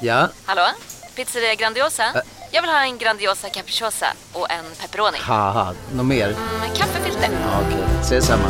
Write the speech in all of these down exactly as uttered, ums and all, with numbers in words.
Ja? Hallå? Pizzeria Grandiosa? Ä- Jag vill ha en Grandiosa capriciosa och en pepperoni. Haha, något mer? Mm, kaffefilter. Ja, okej, okay. Ses samma.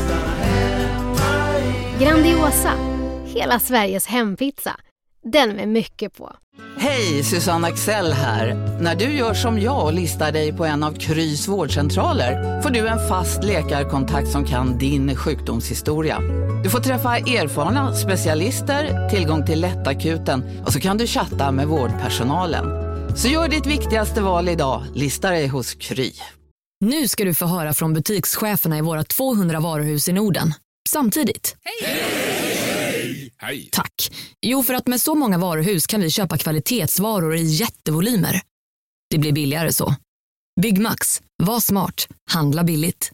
Grandiosa, hela Sveriges hempizza. Den med mycket på. Hej, Susanne Axel här. När du gör som jag och listar dig på en av Krys vårdcentraler får du en fast läkarkontakt som kan din sjukdomshistoria. Du får träffa erfarna specialister, tillgång till lättakuten och så kan du chatta med vårdpersonalen. Så gör ditt viktigaste val idag, lista dig hos Kry. Nu ska du få höra från butikscheferna i våra tvåhundra varuhus i Norden. Samtidigt. Hej! Hej! Tack. Jo, för att med så många varuhus kan vi köpa kvalitetsvaror i jättevolymer. Det blir billigare så. Byggmax. Var smart. Handla billigt.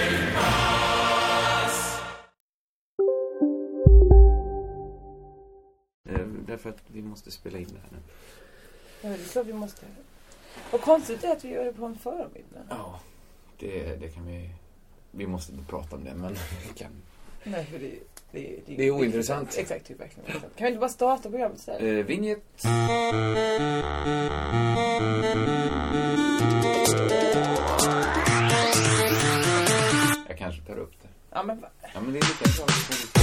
Därför att vi måste spela in det här nu. Ja, det är klart vi måste. Och konstigt är att vi gör det på en förmiddag. Ja, det, det kan vi... Vi måste prata om det, men vi kan... Nej, för det, det, det, det är ointressant. Det är exakt, det är verkligen ointressant. Kan vi inte bara starta programmet så här? Eh, Vinjet. Jag kanske tar upp det. Ja, men va? Ja, men det är lika bra.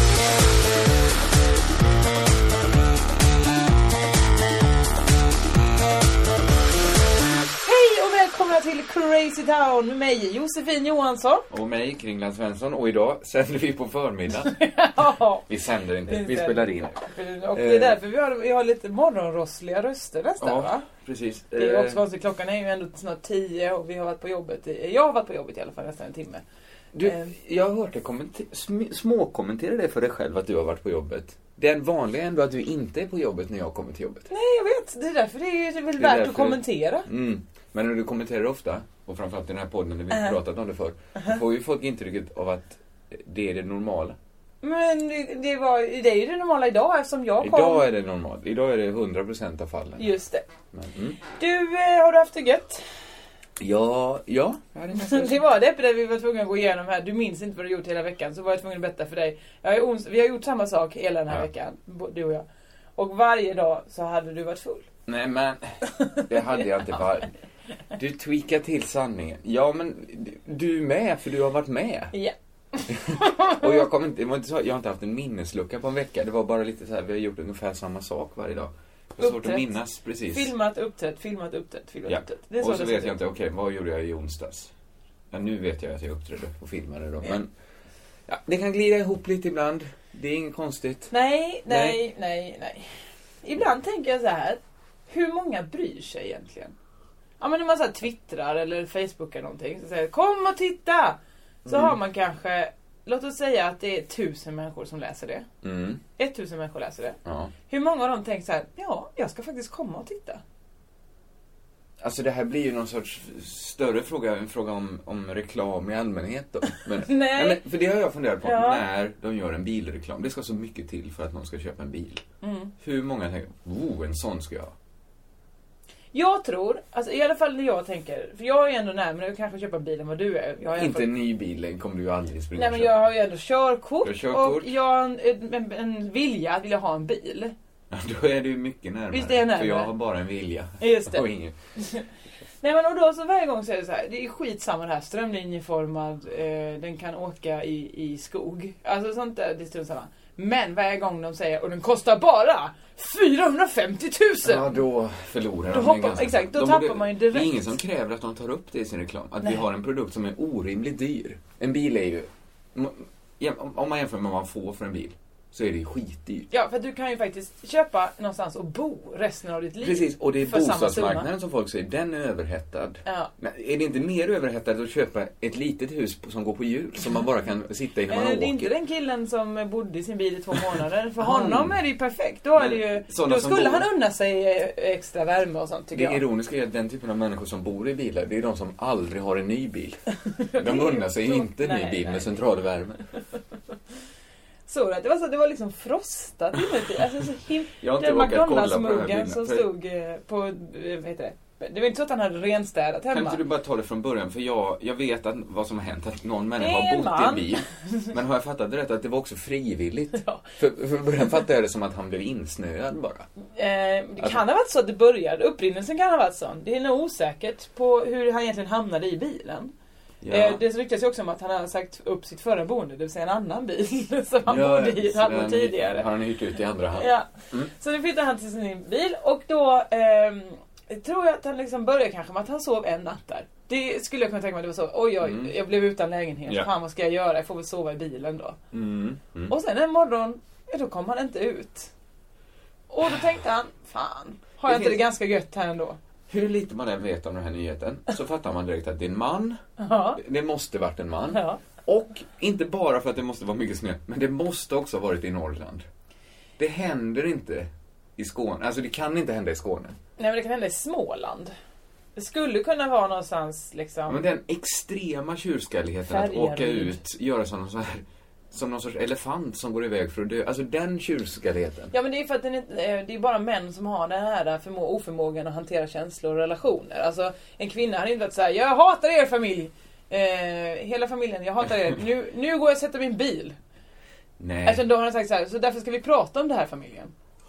Välkomna till Crazy Town med mig, Josefin Johansson. Och mig, Kringland Svensson. Och idag sänder vi på förmiddag. Ja. Vi sänder inte, vi, vi spelar in. Och det är därför vi har, vi har lite morgonrossliga röster nästan, ja, va? Precis. Det är också konstigt, klockan är ju ändå snart tio och vi har varit på jobbet. I, jag har varit på jobbet i alla fall nästan en timme. Du, eh. jag har hört dig kommenter- sm- småkommentera det för dig själv att du har varit på jobbet. Det är vanligt ändå att du inte är på jobbet när jag kommer till jobbet. Nej, jag vet. Det är därför det är väl det är värt att kommentera. Det... Mm. Men när du kommenterar ofta, och framförallt i den här podden när vi uh-huh. pratat om det förr, uh-huh. får ju folk intrycket av att det är det normala. Men det, det, var, det är ju det normala idag eftersom jag kom... Idag är det normalt. Idag är det hundra procent av fallen. Just det. Men, mm. Du, har du haft det gött? Ja, ja. Det var det där vi var tvungna att gå igenom här. Du minns inte vad du gjort hela veckan, så var jag tvungen att berätta för dig. Jag är ons- vi har gjort samma sak hela den här ja. veckan, du och jag. Och varje dag så hade du varit full. Nej, men det hade jag inte varit. Du tweakar till sanningen. Ja, men du med, för du har varit med. Ja. Och jag kommer inte, det var inte så, jag har inte haft en minneslucka på en vecka. Det var bara lite så här, vi har gjort ungefär samma sak varje dag. Det är svårt att minnas, precis. Filmat, uppträtt, filmat, uppträtt, filmat, ja. uppträtt. Det är och så, så det vet jag inte, okej, okay, vad gjorde jag i onsdags? Ja, nu vet jag att jag uppträdde och filmade då. Ja. Men ja, det kan glida ihop lite ibland. Det är inget konstigt. Nej, nej, nej, nej. Ibland tänker jag så här. Hur många bryr sig egentligen? Ja, men när man så här twittrar eller facebookar någonting så säger kom och titta! Så mm. har man kanske, låt oss säga att det är tusen människor som läser det. Mm. Ett tusen människor läser det. Ja. Hur många av dem tänker så här, ja, jag ska faktiskt komma och titta? Alltså det här blir ju någon sorts större fråga, en fråga om, om reklam i allmänhet då. Men, nej. nej men, för det har jag funderat på, ja. när de gör en bilreklam. Det ska så mycket till för att någon ska köpa en bil. Mm. Hur många tänker, oh, en sån ska jag ha? Jag tror, alltså i alla fall när jag tänker, för jag är ändå närmare att kanske köpa bilen vad du är. Jag är inte fall... en ny bil kommer du ju aldrig springa. Nej, men jag har ju ändå körkort, har körkort. och jag har en, en, en vilja att vilja ha en bil. Ja, då är du mycket närmare. Visst är jag närmare. För jag har bara en vilja. Just det. Och ingen. Nej, men och då så varje gång så är det så här, det är skitsamma det här, strömlinjeformad, eh, den kan åka i, i skog. Alltså sånt där, det är strunt samma. Men varje gång de säger, och den kostar bara fyrahundrafemtio tusen. Ja, då förlorar då de. Hoppar, exakt, då de tappar borde, man ju direkt. Det är ingen som kräver att de tar upp det i sin reklam. Att Nej. vi har en produkt som är orimligt dyr. En bil är ju, om man jämför med vad man får för en bil, så är det skitdyrt. Ja, för du kan ju faktiskt köpa någonstans och bo resten av ditt liv. Precis, och det är bostadsmarknaden som folk säger, den är överhettad. Ja. Men är det inte mer överhettad att köpa ett litet hus som går på hjul, som man bara kan sitta i när man äh, åker? Det är inte den killen som bodde i sin bil i två månader. För honom är det ju perfekt. Då, är det ju, då skulle bor... han unna sig extra värme och sånt, tycker det jag. Det ironiska är att den typen av människor som bor i bilar, det är de som aldrig har en ny bil. De unnar sig ju inte en ny bil nej. med centralvärme. Så det var så det var liksom frostat inuti. Alltså så him- jag har inte den vågat kolla på McDonald's-muggen som stod på, vad heter det? Det var inte så att han hade renstädat hemma. Kan inte du bara ta det från början? För jag, jag vet att vad som har hänt. Att någon människa har En bott man. i en bil. Men har jag fattat det rätt att det var också frivilligt? Ja. För från början fattade jag det som att han blev insnöad bara. Eh, det Alltså- kan ha varit så att det började. Upprinnelsen kan ha varit sån. Det är nog osäkert på hur han egentligen hamnade i bilen. Ja. Eh, det ryktas ju också om att han har sagt upp sitt förra boende, det vill säga en annan bil som han Ja, bodde i ett så halvår den tidigare. har han hyrt ut i andra hand. Ja. Mm. Så nu flyttade han till sin bil och då ehm, tror jag att han liksom började kanske med att han sov en natt där. Det skulle jag kunna tänka mig, det var så, oj oj, Mm. jag blev utan lägenhet, Ja. fan vad ska jag göra, jag får väl sova i bilen då. Mm. Mm. Och sen en morgon, ja, då kom han inte ut. Och då tänkte han, fan, har jag Det inte det finns- ganska gött här ändå? Hur lite man än vet om den här nyheten så fattar man direkt att det är en man. Ja. Det måste varit en man. Ja. Och inte bara för att det måste vara mycket snö, men det måste också ha varit i Norrland. Det händer inte i Skåne. Alltså det kan inte hända i Skåne. Nej, men det kan hända i Småland. Det skulle kunna vara någonstans liksom. Ja, men den extrema tjurskalligheten att Färgeryd. åka ut, göra som någon, sån här, som någon sorts elefant som går iväg för att dö. Alltså den tjurskalligheten. Ja, men det är för att den är, eh, det är bara män som har den här förmå- oförmågan att hantera känslor och relationer. Alltså en kvinna hade inte varit så här: jag hatar er familj. Eh, hela familjen, jag hatar er. Nu, nu går jag och sätter min bil. Nej. Alltså då har han sagt så här: så därför ska vi prata om det här familjen.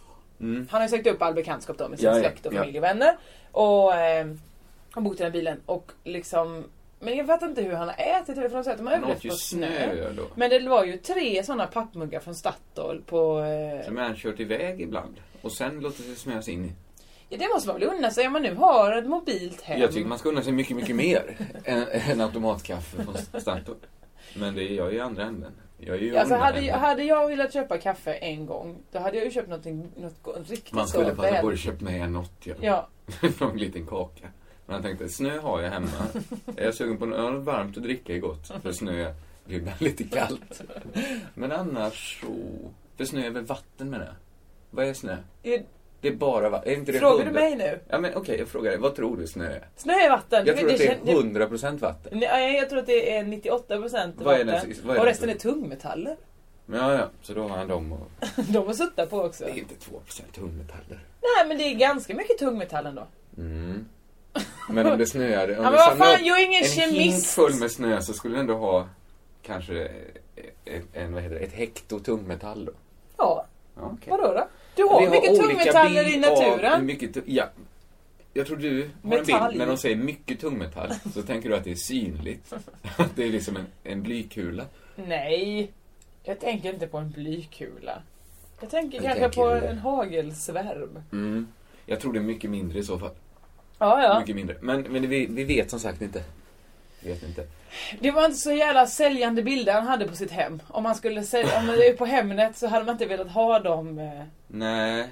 Mm. Han har ju sagt upp all bekantskap då med sin Ja, ja, släkt och ja. familj och vänner. Och eh, han bott i den här bilen och liksom, men jag vet inte hur han har ätit eller för något sätt. De har Han överlevt åt ju på snö. snö då. Men det var ju tre sådana pappmuggar från Statoil på... Eh, Som han kört iväg ibland. Och sen låter sig smöras in i. ja, det måste man väl unna sig om man nu har ett mobilt hem. Jag tycker man ska unna sig mycket, mycket mer än, än automatkaffe från Statoil. Men det är jag i andra änden. Jag är ju Alltså andra hade, änden. hade jag velat köpa kaffe en gång, då hade jag ju köpt någonting, något go- riktigt Man så skulle passa väl- på att köpa med en något. Ja. Ja. Någon liten kaka. Men jag tänkte, snö har jag hemma. Jag är sugen på något varmt att dricka är gott. För snö blir ibland lite kallt. Men annars så... För snö är väl vatten med det? Vad är snö? Är- Det är bara vatten. Är inte det Frågar du hundra- mig nu? Ja men okej, okay, jag frågar dig. Vad tror du snö är? Snö är vatten. Jag tror att det känner- är hundra procent vatten. Nej, jag tror att det är nittioåtta procent Vad är vatten. det- vad är och det resten för- är tungmetaller. Men ja, ja. Så då har han dem och... De har suttit på också. Det är inte två procent tungmetaller. Nej, men det är ganska mycket tungmetall ändå. Mm. Men om det snöade... Om Ja, men du vad samlar fan, upp jag är ingen en kemist. hink full med snö så skulle du ändå ha kanske ett, en, vad heter det, ett hekto tungmetall då. Ja, Ja, okej. vadå då? Du har Vi mycket olika tungmetaller i bild av hur naturen. mycket tu- ja. Jag tror du har en Metall. bild när de säger mycket tungmetall så tänker du att det är synligt. Att det är liksom en, en blykula. Nej, jag tänker inte på en blykula. Jag tänker Jag kanske tänker på det. en hagelsvärm. Mm. Jag tror det är mycket mindre i så fall. Ja, ja. Mycket mindre. Men, men vi, vi vet som sagt inte. Vi vet inte. Det var inte så jävla säljande bilder han hade på sitt hem. Om man skulle sälja, om det är på Hemnet så hade man inte velat ha dem. eh. Nej.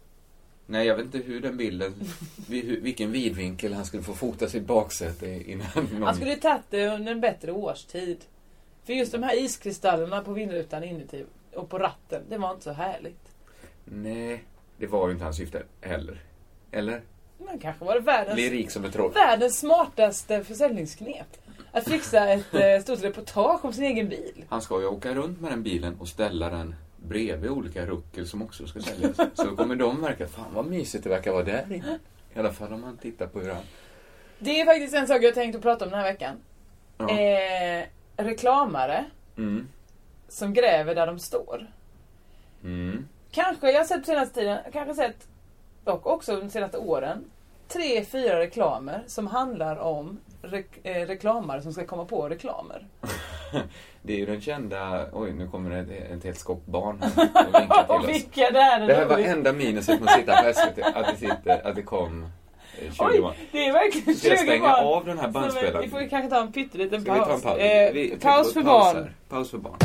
Nej, jag vet inte hur den bilden... vi- hur, vilken vidvinkel han skulle få fota sitt baksäte innan någon... Han skulle ju tagit det under en bättre årstid. För just de här iskristallerna på vindrutan inuti och på ratten, det var inte så härligt. Nej, det var ju inte hans syfte heller. Eller? Men kanske var det världens, Bli rik som ett troll. världens smartaste försäljningsknep. Att fixa ett eh, stort reportage om sin egen bil. Han ska ju åka runt med den bilen och ställa den bredvid olika ruckel som också ska säljas. Så då kommer de märka, fan vad mysigt det verkar vara där inne. I alla fall om man tittar på hur han... Det är faktiskt en sak jag tänkt att prata om den här veckan. Ja. Eh, reklamare Mm. som gräver där de står. Mm. Kanske, jag har sett på senaste tiden, kanske sett dock också de senaste åren, tre, fyra reklamer som handlar om rek- eh, reklamare som ska komma på reklamer. Det är ju den kända... Oj, nu kommer det ett, ett helt skock barn här och vinkar Och till oss. vilka det är Det här var roligt. enda minuset med att sitta på S V T. Att det, sitter, att det kom eh, tjugo barn. Oj, det är verkligen Ska jag tjugo stänga barn. av den här Så, bandspelaren? Vi får ju kanske ta en pytteliten Ska vi ta en paus. paus? Eh, Vi trycker paus på för paus barn. här. Paus för barn.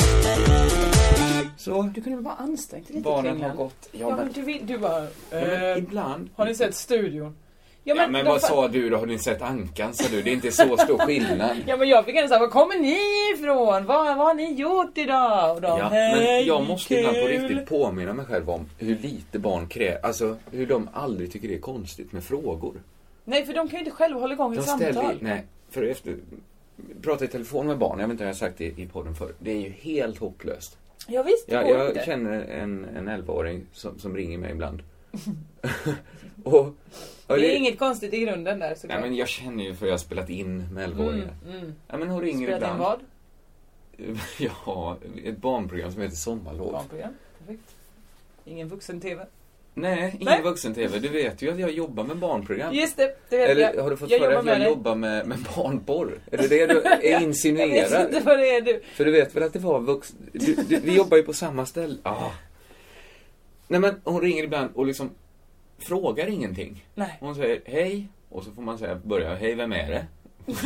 Så, Du kunde bara ansträngt dig lite, barnen Klingan. har gått. Ja, Ja, men men, du, vill, du bara... ja, men Eh, ibland... har ni sett studion? Ja, men de vad fa- sa du då? Har ni sett Ankan, sa du? Det är inte så stor skillnad. Ja, men jag fick ändå säga, var kommer ni ifrån? Vad, vad har ni gjort idag? Och de, Ja, hej, men jag måste ibland på kul. riktigt påminna mig själv om hur lite barn kräver. Alltså, hur de aldrig tycker det är konstigt med frågor. Nej, för de kan ju inte själva hålla igång De ett samtal. ställer, nej, för efter... Prata i telefon med barn, jag vet inte om jag har sagt det i podden förr. Det är ju helt hopplöst. Ja, visst, det Jag, går jag inte. känner en, en elvaåring som, som ringer mig ibland. och, och Det är det... inget konstigt i grunden där. Nej, men jag känner ju för att jag har spelat in med elvaåringar. Mm, mm. Ja, men hon ringer spelat ibland. Spelat in vad? Ja, ett barnprogram som heter Sommarlov. Barnprogram, perfekt. Ingen vuxen-tv. Nej, ingen Nej. vuxen-tv. Du vet ju att jag jobbar med barnprogram. Just det, det vet Eller jag. har du fått jag för dig att jag med jobbar med, med barnporr? Är det det du är insinuerar? Jag vet inte vad det är du. För du vet väl att det var vuxen... Du, du, vi jobbar ju på samma ställe. Ah. Nej, men hon ringer ibland och liksom frågar ingenting. Nej. Hon säger hej. Och så får man säga, börja, hej, vem är det?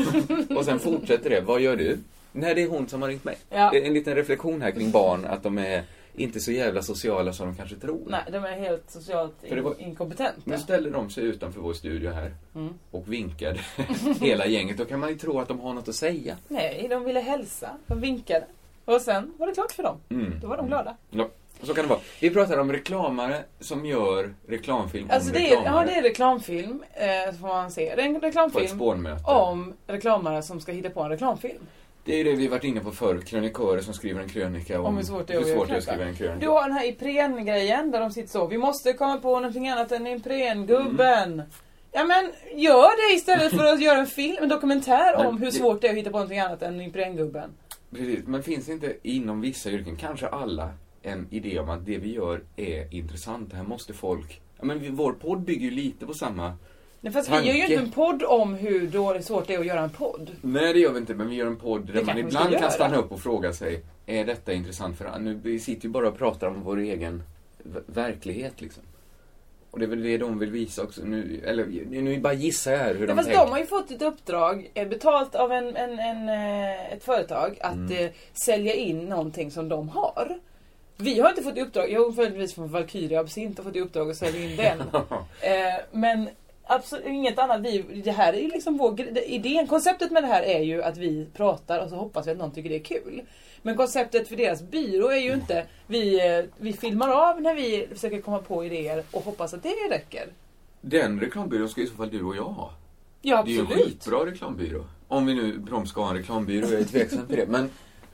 Och sen fortsätter det, vad gör du? Nej, det är hon som har ringt mig. Ja. Det är en liten reflektion här kring barn, att de är inte så jävla sociala som de kanske tror. Nej, de är helt socialt in- var, inkompetenta. Nu ställer de sig utanför vår studio här mm. och vinkade hela gänget. Då kan man ju tro att de har något att säga. Nej, de ville hälsa. De vinkade. Och sen var det klart för dem. Mm. Då var de glada. Ja, så kan det vara. Vi pratar om reklamare som gör reklamfilm alltså om det är, reklamare. Ja, det är reklamfilm, eh, får man se. Det är en reklamfilm om reklamare som ska hitta på en reklamfilm. Det är det vi varit inne på förr. Krönikörer som skriver en krönika om, om hur svårt det är, hur svårt det är att skriva en krönika. Du har den här Ipren-grejen där de sitter så. Vi måste komma på någonting annat än Ipren-gubben. Mm. Ja, men gör det istället för att göra en film, en dokumentär men om hur svårt det är att hitta på någonting annat än Ipren-gubben. Precis, men finns det inte inom vissa yrken, kanske alla, en idé om att det vi gör är intressant. Det här måste folk... Ja, men vi, vår podd bygger ju lite på samma... Nej, fast tanke. Vi gör ju inte en podd om hur dåligt svårt det är att göra en podd. Nej, det gör vi inte, men vi gör en podd där det man ibland kan stanna upp och fråga sig, är detta intressant för andra? Nu vi sitter ju bara och pratar om vår egen v- verklighet liksom. Och det är väl det de vill visa också. Nu, eller nu bara gissar jag här hur ja, de fast tänker. De har ju fått ett uppdrag, betalt av en, en, en, ett företag, att mm. eh, sälja in någonting som de har. Vi har inte fått i uppdrag, jag har följligtvis från Valkyria Absint och fått i uppdrag att sälja in den. eh, men absolut inget annat. Vi, det här är ju liksom vår idén. Konceptet med det här är ju att vi pratar och så hoppas vi att någon tycker det är kul. Men konceptet för deras byrå är ju inte vi, vi filmar av när vi försöker komma på idéer och hoppas att det räcker. Den reklambyrån ska i så fall du och jag ha. Ja, absolut. Det är ju en skitbra reklambyrå. Om vi nu de ska ha en reklambyrå, jag är tveksam till det. Men,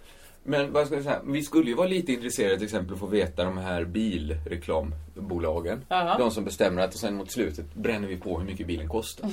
men vad ska jag säga? Vi skulle ju vara lite intresserade till exempel att få veta de här bilreklambolagen. Uh-huh. De som bestämmer att och sen mot slutet bränner vi på hur mycket bilen kostar.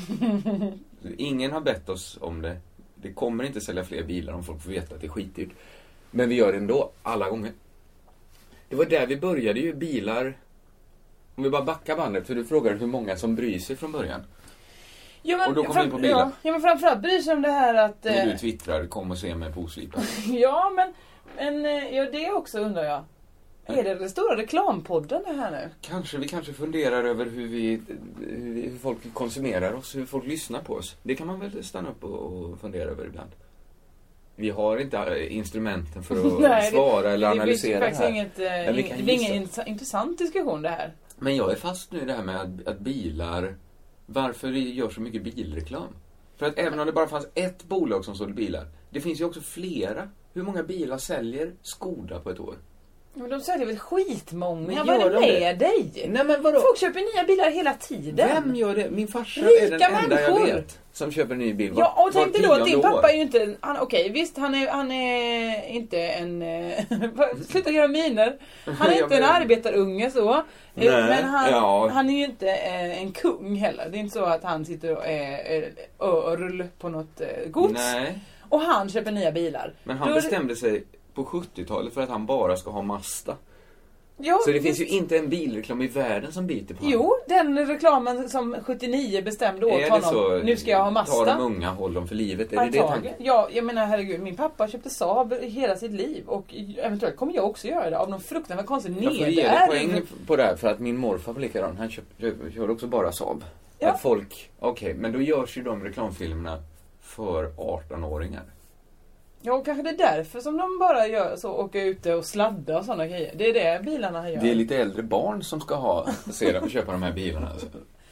Ingen har bett oss om det. Det kommer inte sälja fler bilar om folk får veta att det är skitdyrt. Men vi gör det ändå, alla gånger. Det var där vi började ju, bilar. Om vi bara backar bandet, för du frågar hur många som bryr sig från början. Ja, men, och då kom fram, vi in på bilar. Ja, ja, men framförallt bryr sig om det här att... När du twittrar, kom och se mig på oslipa. Ja, men, men ja, det också undrar jag. Är det den stora reklampodden det här nu? Kanske, vi kanske funderar över hur, vi, hur, vi, hur folk konsumerar oss, hur folk lyssnar på oss. Det kan man väl stanna upp och, och fundera över ibland. Vi har inte instrumenten för att Nej, svara det, eller det analysera det här. Inget, det blir ingen, ingen intressant diskussion det här. Men jag är fast nu i det här med att, att bilar... Varför vi gör så mycket bilreklam? För att även om det bara fanns ett bolag som sålde bilar, det finns ju också flera. Hur många bilar säljer Skoda på ett år? Men de säljer väl skitmånga. Vad är det med det? dig? Nej, men vadå? Folk köper nya bilar hela tiden. Vem gör det? Min farsa Rika är den enda människor. jag vet som köper en ny bil. Var, ja, och tänk dig då att din år. pappa är ju inte... Han, okej, visst, han är, han är inte en... sluta göra miner. Han är inte en arbetarunge så. Nej, men han, ja. han är ju inte en kung heller. Det är inte så att han sitter och är örl på något gods. Nej. Och han köper nya bilar. Men han då bestämde sig på sjuttiotalet för att han bara ska ha Mazda. Jo, så det visst. finns ju inte en bilreklam i världen som biter på Jo, honom. Den reklamen som sjuttionio bestämde åt honom. Så, nu ska jag ha Mazda. Ta de unga, håll dem för livet. Är det det tanken? Ja, jag menar herregud. Min pappa köpte Saab hela sitt liv. Och eventuellt kommer jag också göra det. Av någon fruktansvärt konstig nedärv. Jag får ge dig poäng på det här. För att min morfar var likadan. Han köpte, körde också bara Saab. Ja. Att folk, okej, okay, men då görs ju de reklamfilmerna för arton-åringar. Ja, och kanske det är därför som de bara gör så, åker ute och sladda och sådana grejer. Det är det bilarna gör. Det är lite äldre barn som ska ha, se dem och köpa de här bilarna. Alltså.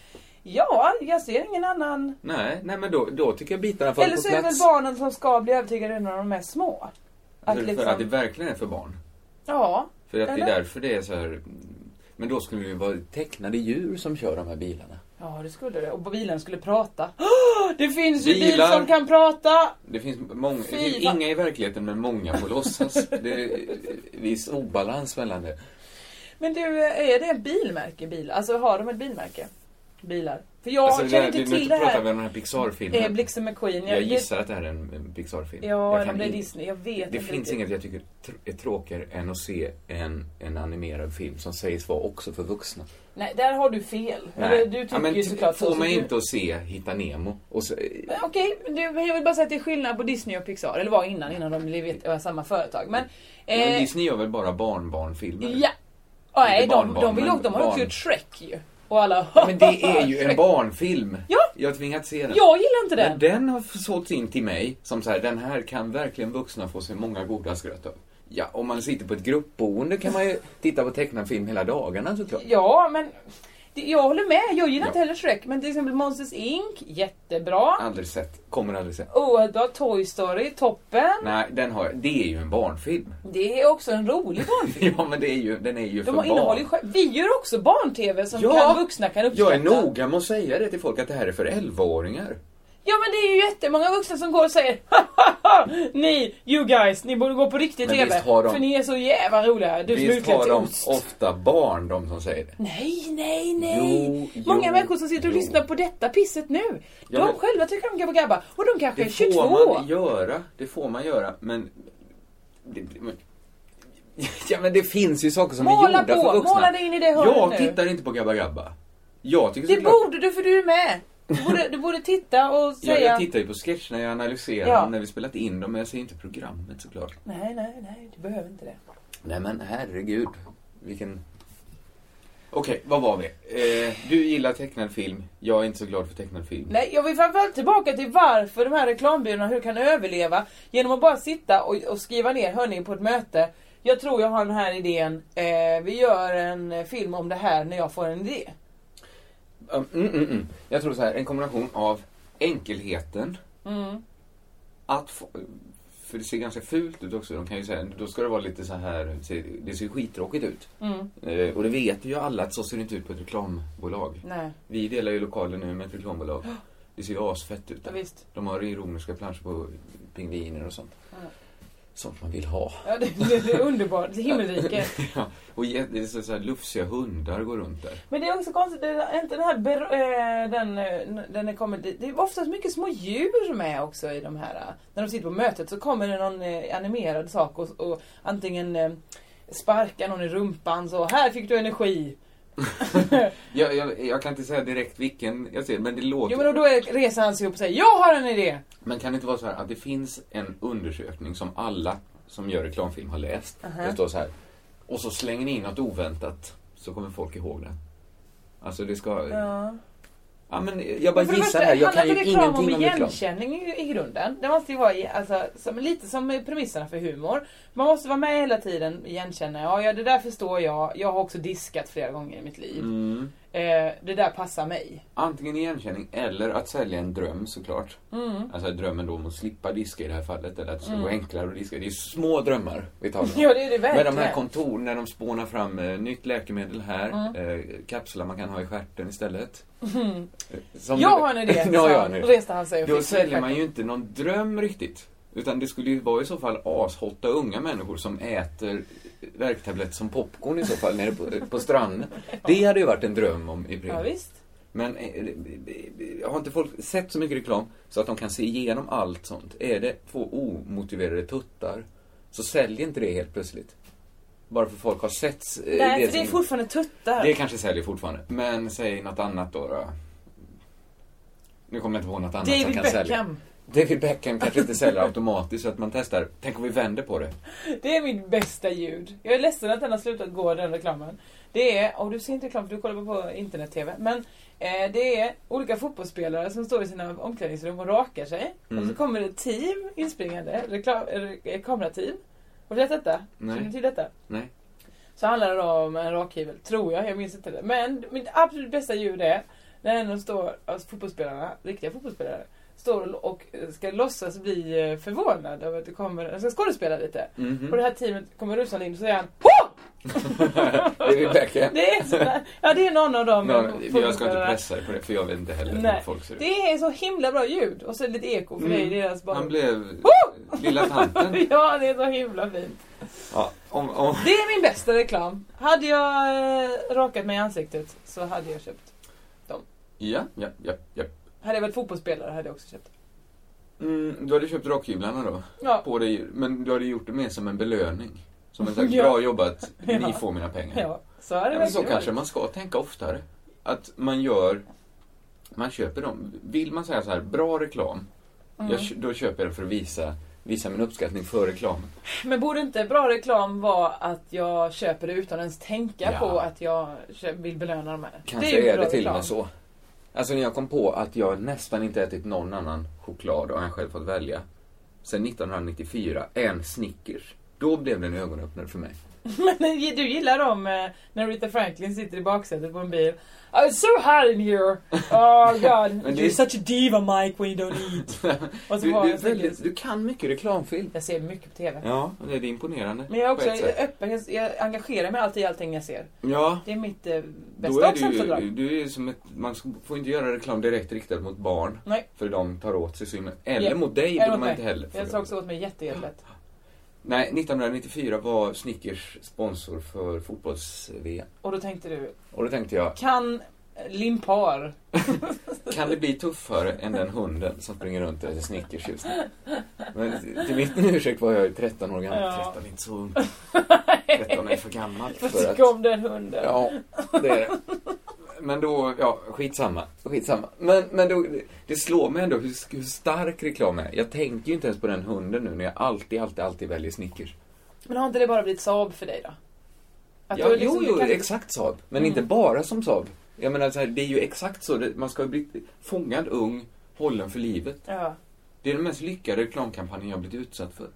Ja, jag ser ingen annan. Nej, nej men då, då tycker jag bitarna faller på plats. Eller så är det väl barnen som ska bli övertygade när de är små. Att för, liksom... för att det verkligen är för barn. Ja. För att eller? Det är därför det är så här... Men då skulle det ju vara tecknade djur som kör de här bilarna. Ja, det skulle det. Och bilen skulle prata. Oh, det finns ju bilar, bil som kan prata. Det finns många, det finns inga i verkligheten men många på låtsas. Det är viss obalans mellan det. Men du, är det en bilmärke bil? Alltså har de ett bilmärke? bilar. För jag alltså, känner det, inte det, till nu det här. pratar vi om den här Pixar-filmen. Eh, Blixten McQueen. Jag, jag gissar att det här är en, en Pixar-film. Ja, jag det är in... Disney. Jag vet Det inte finns riktigt. inget jag tycker är tråkigare än att se en, en animerad film som sägs vara också för vuxna. Nej, där har du fel. Nej. Eller, du tycker ja, men ju såklart får så, man så inte du... att se Hitta Nemo. Och så... Okej, okay, jag vill bara säga att det är skillnad på Disney och Pixar. Eller var innan, innan de blev ett, samma företag. Men, ja, eh... men Disney gör väl bara barnbarnfilmer? Ja. Oh, nej, barn, de, barn, de, vill, men de har barn. också gjort Shrek ju. Och alla... Ja, men det är ju en barnfilm. Ja. Jag har tvingats se den. Jag gillar inte den. Men den har sålts in till mig som så här, den här kan verkligen vuxna få sig många goda skratt av. Ja, om man sitter på ett gruppboende kan man ju titta på tecknad film hela dagarna såklart. Ja, men det, jag håller med. Jag gillar ja. inte heller Shrek. Men till exempel Monsters Incorporated, jättebra. Aldrig sett. Kommer aldrig sett. Oh, Toy Story, toppen. Nej, den har jag. Det är ju en barnfilm. Det är också en rolig barnfilm. Ja, men det är ju, den är ju De för har innehåll barn. Vi gör också barn-tv som ja, kan, vuxna kan uppskatta. Jag är noga med att säga det till folk att det här är för elvaåringar. Ja, men det är ju jättemånga vuxna som går och säger ni, you guys, ni borde gå på riktig men tv. De, för ni är så jävla roliga. Du visst har de ost. ofta barn, de som säger det. Nej, nej, nej. Jo, Många jo, människor som sitter och jo. lyssnar på detta pisset nu. Ja, de men, själva tycker om Gabba Gabba. Och de kanske är tjugotvå. Det får man göra. Det får man göra. Men... Det, men ja, men det finns ju saker som måla är gjorda på, för vuxna. Måla dig in i det hörnet Jag nu. tittar inte på Gabba Gabba. Jag tycker det såklart... borde du, för du är med. Du borde, du borde titta och säga... Ja, jag tittar ju på sketch när jag analyserar ja. dem, när vi spelat in dem, men jag ser inte programmet såklart. Nej, nej, nej, du behöver inte det. Nej, men herregud. Vilken... Okej, okay, vad var vi? Eh, du gillar tecknad film. Jag är inte så glad för tecknad film. Nej, jag vill framförallt tillbaka till varför de här reklambyråerna, hur kan överleva genom att bara sitta och, och skriva ner, hörni, på ett möte. Jag tror jag har den här idén. Eh, vi gör en film om det här när jag får en idé. Um, mm, mm, mm. Jag tror så här, en kombination av enkelheten. Mm. Att få, för det ser ganska fult ut också. De kan ju säga, då ska det vara lite så här, det ser ju skittråkigt ut. Mm. Eh, och det vet ju alla att så ser det inte ut på ett reklambolag. Nej. Vi delar ju lokaler nu med ett reklambolag. Det ser ju asfett ut. Ja, visst. De har ironiska planscher på pingviner och sånt. Ja. Sånt man vill ha. Ja, det, det, det är underbart. Det är himmelrike. Ja, och det är så, så här lufsiga hundar går runt där. Men det är också konstigt, det är inte den här ber, äh, den, den är kommit, det är oftast mycket små djur med också i de här. När de sitter på mötet så kommer det någon eh, animerad sak och, och antingen eh, sparkar någon i rumpan så här fick du energi. jag, jag, jag kan inte säga direkt vilken jag ser, men det låter... Jo, men då är, reser han sig upp och säger jag har en idé. Men kan det inte vara så här att det finns en undersökning som alla som gör reklamfilm har läst. Uh-huh. Det står så här. Och så slänger ni in något oväntat så kommer folk ihåg det. Alltså det ska... Ja. Ja, men jag bara men gissar här. Jag kan ju ingenting om reklam. Igenkänning i, i grunden. Det måste ju vara i, alltså, som, lite som premisserna för humor. Man måste vara med hela tiden, igenkänna. Ja, ja, det där förstår jag. Jag har också diskat flera gånger i mitt liv. Mm. Eh, det där passar mig. Antingen igenkänning eller att sälja en dröm såklart. Mm. Alltså drömmen då om att slippa diska i det här fallet. Eller att det ska mm. gå enklare att diska. Det är små drömmar vi talar om. Ja, det är det verkligen. Med de här kontoren när de spånar fram eh, nytt läkemedel här. Mm. Eh, kapslar man kan ha i stjärten istället. Mm. Som, jag har en idé. ja, ja, nu. Reste han sig och då säljer man ju inte någon dröm riktigt. Utan det skulle ju vara i så fall ashotta unga människor som äter värktabletter som popcorn i så fall nere på, på stranden. Det hade ju varit en dröm om i brev. Ja, visst. Men har inte folk sett så mycket reklam så att de kan se igenom allt sånt? Är det två omotiverade tuttar så säljer inte det helt plötsligt. Bara för folk har sett... Nej, det för det är som, fortfarande tuttar. Det kanske säljer fortfarande. Men säg något annat då. då. Nu kommer jag inte på något annat David som kan Beckham. sälja. David Beckham kanske inte säljer automatiskt så att man testar. Tänk om vi vänder på det. Det är mitt bästa ljud. Jag är ledsen att den har slutat gå, den reklamen. Det är, och du ser inte reklam för du kollar på internet-tv. Men eh, det är olika fotbollsspelare som står i sina omklädningsrum och rakar sig. Mm. Och så kommer det ett team inspringande. Reklam, eh, kamerateam. Har du sett detta? Nej. Känner du till detta? Nej. Så handlar det om en rakhyvel, tror jag. Jag minns inte det. Men mitt absolut bästa ljud är när en står, alltså fotbollsspelarna, riktiga fotbollsspelare, står och ska låtsas bli förvånad över att det kommer, jag ska skådespela lite. Mm-hmm. Och det här teamet kommer rusande in och så säger han Hå! Det är Beckham. Det är sådär, ja, det är någon av dem. No, jag ska inte pressa dig på det för jag vet inte heller Nej. hur folk ser ut. Det är så himla bra ljud och så lite eko för mm. det är deras barn. Han blev Hå! lilla tanten. Ja, det är så himla fint. Ja, om, om... Det är min bästa reklam. Hade jag eh, rakat mig i ansiktet så hade jag köpt dem. Ja, ja, ja, ja. Hade jag varit fotbollsspelare hade jag också köpt. Mm, du hade köpt rockhyvlarna då? Ja. På dig, men du hade gjort det mer som en belöning. Som en slags Ja. bra jobbat, ni Ja. får mina pengar. Ja, så är det Ja, men så verkligen kanske varit. man ska tänka oftare. Att man gör, man köper dem. Vill man säga så här, bra reklam, Mm. jag, då köper jag det för att visa, visa min uppskattning för reklamen. Men borde inte bra reklam vara att jag köper det utan ens tänka Ja. på att jag kö- vill belöna dem med det? Kanske ju är, bra det till och reklam. med så. Alltså när jag kom på att jag nästan inte ätit någon annan choklad och jag själv fått välja. Sen nittonhundranittiofyra, en Snickers. Då blev det en ögonöppnare för mig. Men du gillar dem eh, när Rita Franklin sitter i baksätet på en bil. Oh, it's so hot in here. Oh god, Men det- you're such a diva, Mike, when you don't eat. Och så Du, var du, jag är väldigt, Snickers. du kan mycket reklamfilm. Jag ser mycket på tv. Ja, det är imponerande. Men jag är också på ett sätt. öppen, jag, jag engagerar mig alltid i allting jag ser. Ja, Det är mitt eh, då bästa är och sämsta du, drag. du är som ett, man får inte göra reklam direkt riktad mot barn. Nej. För de tar åt sig så himla. Eller Ja. mot dig Eller borde mot man mig. inte heller. Jag tar också åt mig jätte, jättelätt. Nej, nittonhundranittiofyra var Snickers sponsor för fotbolls-V M. Och då tänkte du, Och då tänkte jag, kan Limpar kan det bli tuffare än den hunden som springer runt och äter Snickers just nu? Men till min ursäkt var jag ju tretton år gammal. Ja. tretton är inte så ung. tretton är för gammalt Vad för att... tycker om den hunden? Ja, det är det. Men då, ja, skitsamma. skitsamma. Men, men då, det slår mig ändå hur, hur stark reklam är. Jag tänker ju inte ens på den hunden nu när jag alltid, alltid, alltid väljer Snickers. Men har inte det bara blivit Saab för dig då? Att Ja, du liksom- jo, jo, du kan- exakt Saab. Men Mm. inte bara som Saab. Jag menar, så här, det är ju exakt så. Det, man ska ju bli fångad, ung, hållen för livet. Ja. Det är den mest lyckade reklamkampanjen jag blivit utsatt för.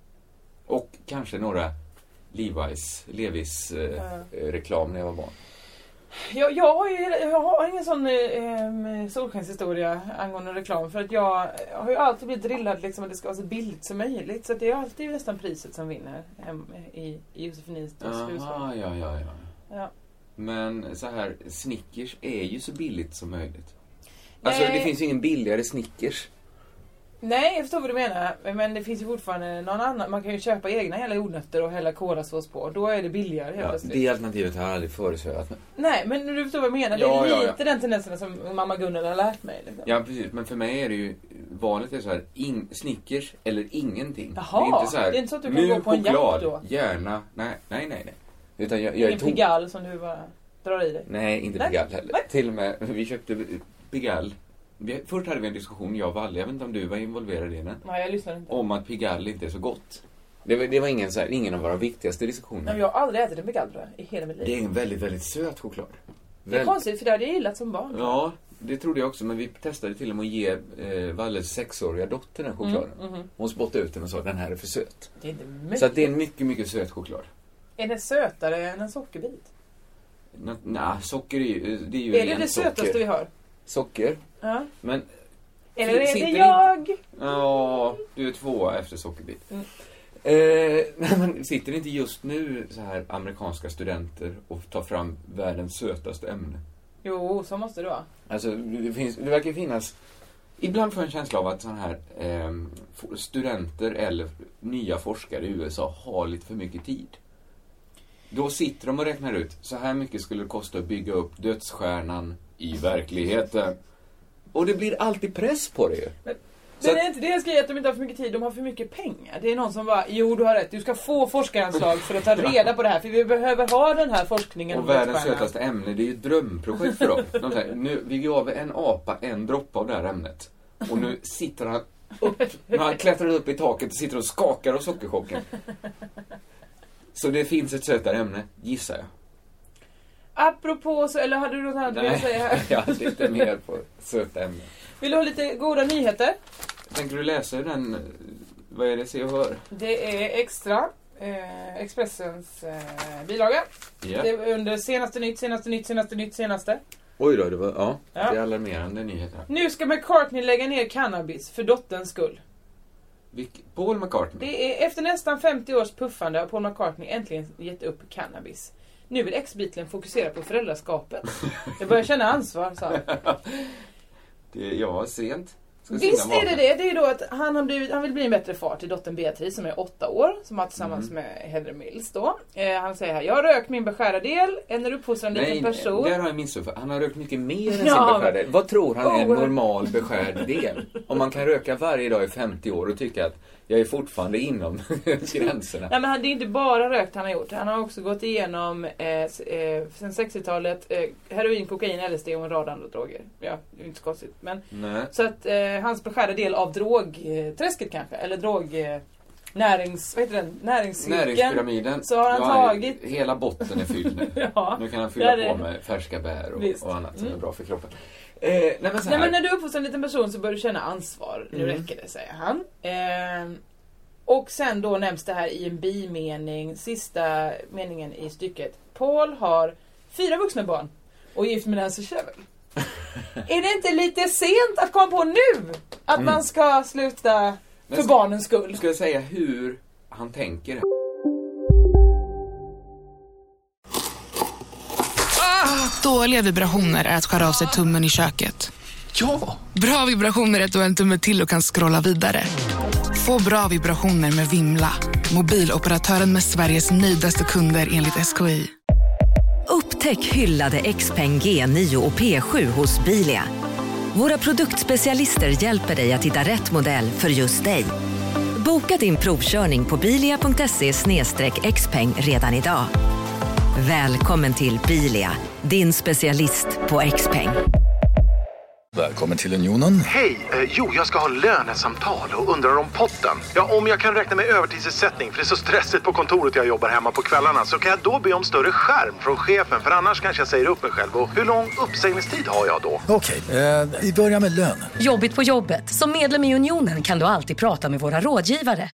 Och kanske några Levi's, Levis eh, Ja. eh, reklam när jag var barn. Jag, jag, har ju, jag har ingen sån eh, solskenshistoria angående reklam. För att jag har ju alltid blivit drillad liksom, att det ska vara så billigt som möjligt. Så att det är alltid nästan priset som vinner hem i, i Josefin Istos hushåll. Aha, ja, ja, ja. Ja. Men så här, Snickers är ju så billigt som möjligt. Alltså Nej. det finns ju ingen billigare Snickers. Nej, jag förstår vad du menar. Men det finns ju fortfarande någon annan. Man kan ju köpa egna hela jordnötter och hälla kolasås på. Då är det billigare helt Ja, plötsligt. det alternativet har jag aldrig föresvävat mig. Nej, men du förstår vad jag menar. Ja, det är ja, lite ja. den tendensen som mamma Gunnel har lärt mig. Liksom. Ja, precis. Men för mig är det ju, valet är så här, in, Snickers eller ingenting. Jaha, det är inte så här, det är inte så att du kan nu gå på en jakt choklad, då? gärna, nej, nej, nej. nej. Utan jag, jag är Ingen tom. Pigalle som du bara drar i dig. Nej, inte Nej. Pigalle heller. Nej. Till och med, vi köpte Pigalle. Vi, först hade vi en diskussion, jag och Valle, jag vet inte om du var involverad i den. Nej, jag lyssnar inte. Om att Pigalle inte är så gott. Det var, det var ingen, så här, ingen av våra viktigaste diskussioner. Nej, men jag har aldrig ätit en Pigalle tror jag, i hela mitt liv. Det är en väldigt, väldigt söt choklad. Det är Väl- konstigt för det hade jag gillat som barn. Ja, det trodde jag också. Men vi testade till och med att ge eh, Valles sexåriga dotter den chokladen. Mm, mhm. Hon spottade ut den och sa att den här är för söt. Det är inte mycket. Så att det är en mycket, mycket söt choklad. Är den sötare än en sockerbit? Nej, nah, socker är ju, det är ju Är det rent det sötaste socker. vi har? Socker. Ja. Men, Eller är Sitter det inte- jag? ja, du är tvåa efter sockerbit. Mm. Eh, nej, men sitter inte just nu så här amerikanska studenter och tar fram världens sötaste ämne? Jo, så måste det vara. Alltså, det, finns, det verkar finnas... Ibland får jag en känsla av att sådana här eh, studenter eller nya forskare i U S A har lite för mycket tid. Då sitter de och räknar ut, så här mycket skulle det kosta att bygga upp dödsstjärnan i verkligheten. Och det blir alltid press på det ju. Men, Så men att- är inte det ska att de inte har för mycket tid, de har för mycket pengar. Det är någon som bara, jo du har rätt, du ska få forskaranslag för att ta reda på det här. För vi behöver ha den här forskningen. Och om världens dödsstjärnan. sötaste ämne, det är ju ett drömprojekt för dem. De säger, nu, vi gav en apa en droppe av det här ämnet. Och nu sitter han upp, när han klättrar upp i taket och sitter och skakar av sockerchocken. Så det finns ett sötare ämne, gissar jag. Apropå, så, eller hade du något annat du ville säga här? jag har lite mer på söta ämnen. Vill du ha lite goda nyheter? Tänker du läsa den, vad är det, se och hör? Det är extra. Eh, Expressens eh, bilaga. Ja. Det är under senaste nytt, senaste nytt, senaste nytt, senaste. Oj då, det var, ja, Ja. det är alarmerande nyheter. Nu ska McCartney lägga ner cannabis för dotterns skull. Vilk, Paul McCartney. Det är efter nästan femtio års puffande har Paul McCartney äntligen gett upp cannabis. Nu vill ex-Beatlen fokusera på föräldraskapet. Jag börjar känna ansvar, sa han. Det, ja, sent Visst är det det. Det är då att han, har blivit, han vill bli en bättre far till dottern Beatrice som är åtta år. Som har tillsammans mm. med Heather Mills då. Eh, han säger här, jag har rökt min beskärda del. En är uppfostrad en liten person. Nej, där har jag missuppfattat. Han har rökt mycket mer än ja, sin beskärda del. Vad tror han är en normal beskärd del? Om man kan röka varje dag i femtio år och tycka att jag är fortfarande inom gränserna. Nej, men det är inte bara rökt han har gjort. Han har också gått igenom eh, eh, sen sextiotalet eh, heroin, kokain, L S D och en rad andra droger. Ja, det är inte så konstigt. Men, så att eh, hans beskärda del av drogträsket eh, kanske. Eller drog... Eh, närings... Vad heter den? Näringscirkeln. Näringspyramiden. Så har han ja, tagit... Hela botten är fylld nu. Ja, nu kan han fylla på med färska bär och, och annat som mm. är bra för kroppen. Eh, nej, men, så här. nej, men när du uppfostrar en liten person så bör du känna ansvar. Nu mm. räcker det, säger han. Eh, och sen då nämns det här i en bimening, sista meningen i stycket. Paul har fyra vuxna barn och är gift med Nancy Shevell. Är det inte lite sent att komma på nu att mm. man ska sluta för ska, barnens skull? Ska jag säga hur han tänker? Dåliga vibrationer är att skära av sig tummen i köket. Ja! Bra vibrationer är att du har en tumme till och kan scrolla vidare. Få bra vibrationer med Vimla. Mobiloperatören med Sveriges nöjdaste kunder enligt S K I. Upptäck hyllade X-Peng G nio och P sju hos Bilia. Våra produktspecialister hjälper dig att hitta rätt modell för just dig. Boka din provkörning på bilia punkt se slash xpeng redan idag. Välkommen till Bilia, din specialist på X-Peng. Välkommen till Unionen. Hej, eh, jo jag ska ha lönesamtal och undrar om potten. Ja, om jag kan räkna med övertidsersättning för det är så stressigt på kontoret jag jobbar hemma på kvällarna så kan jag då be om större skärm från chefen för annars kanske jag säger upp mig själv. Och hur lång uppsägningstid har jag då? Okej, okay, eh, vi börjar med lön. Jobbigt på jobbet. Som medlem i Unionen kan du alltid prata med våra rådgivare.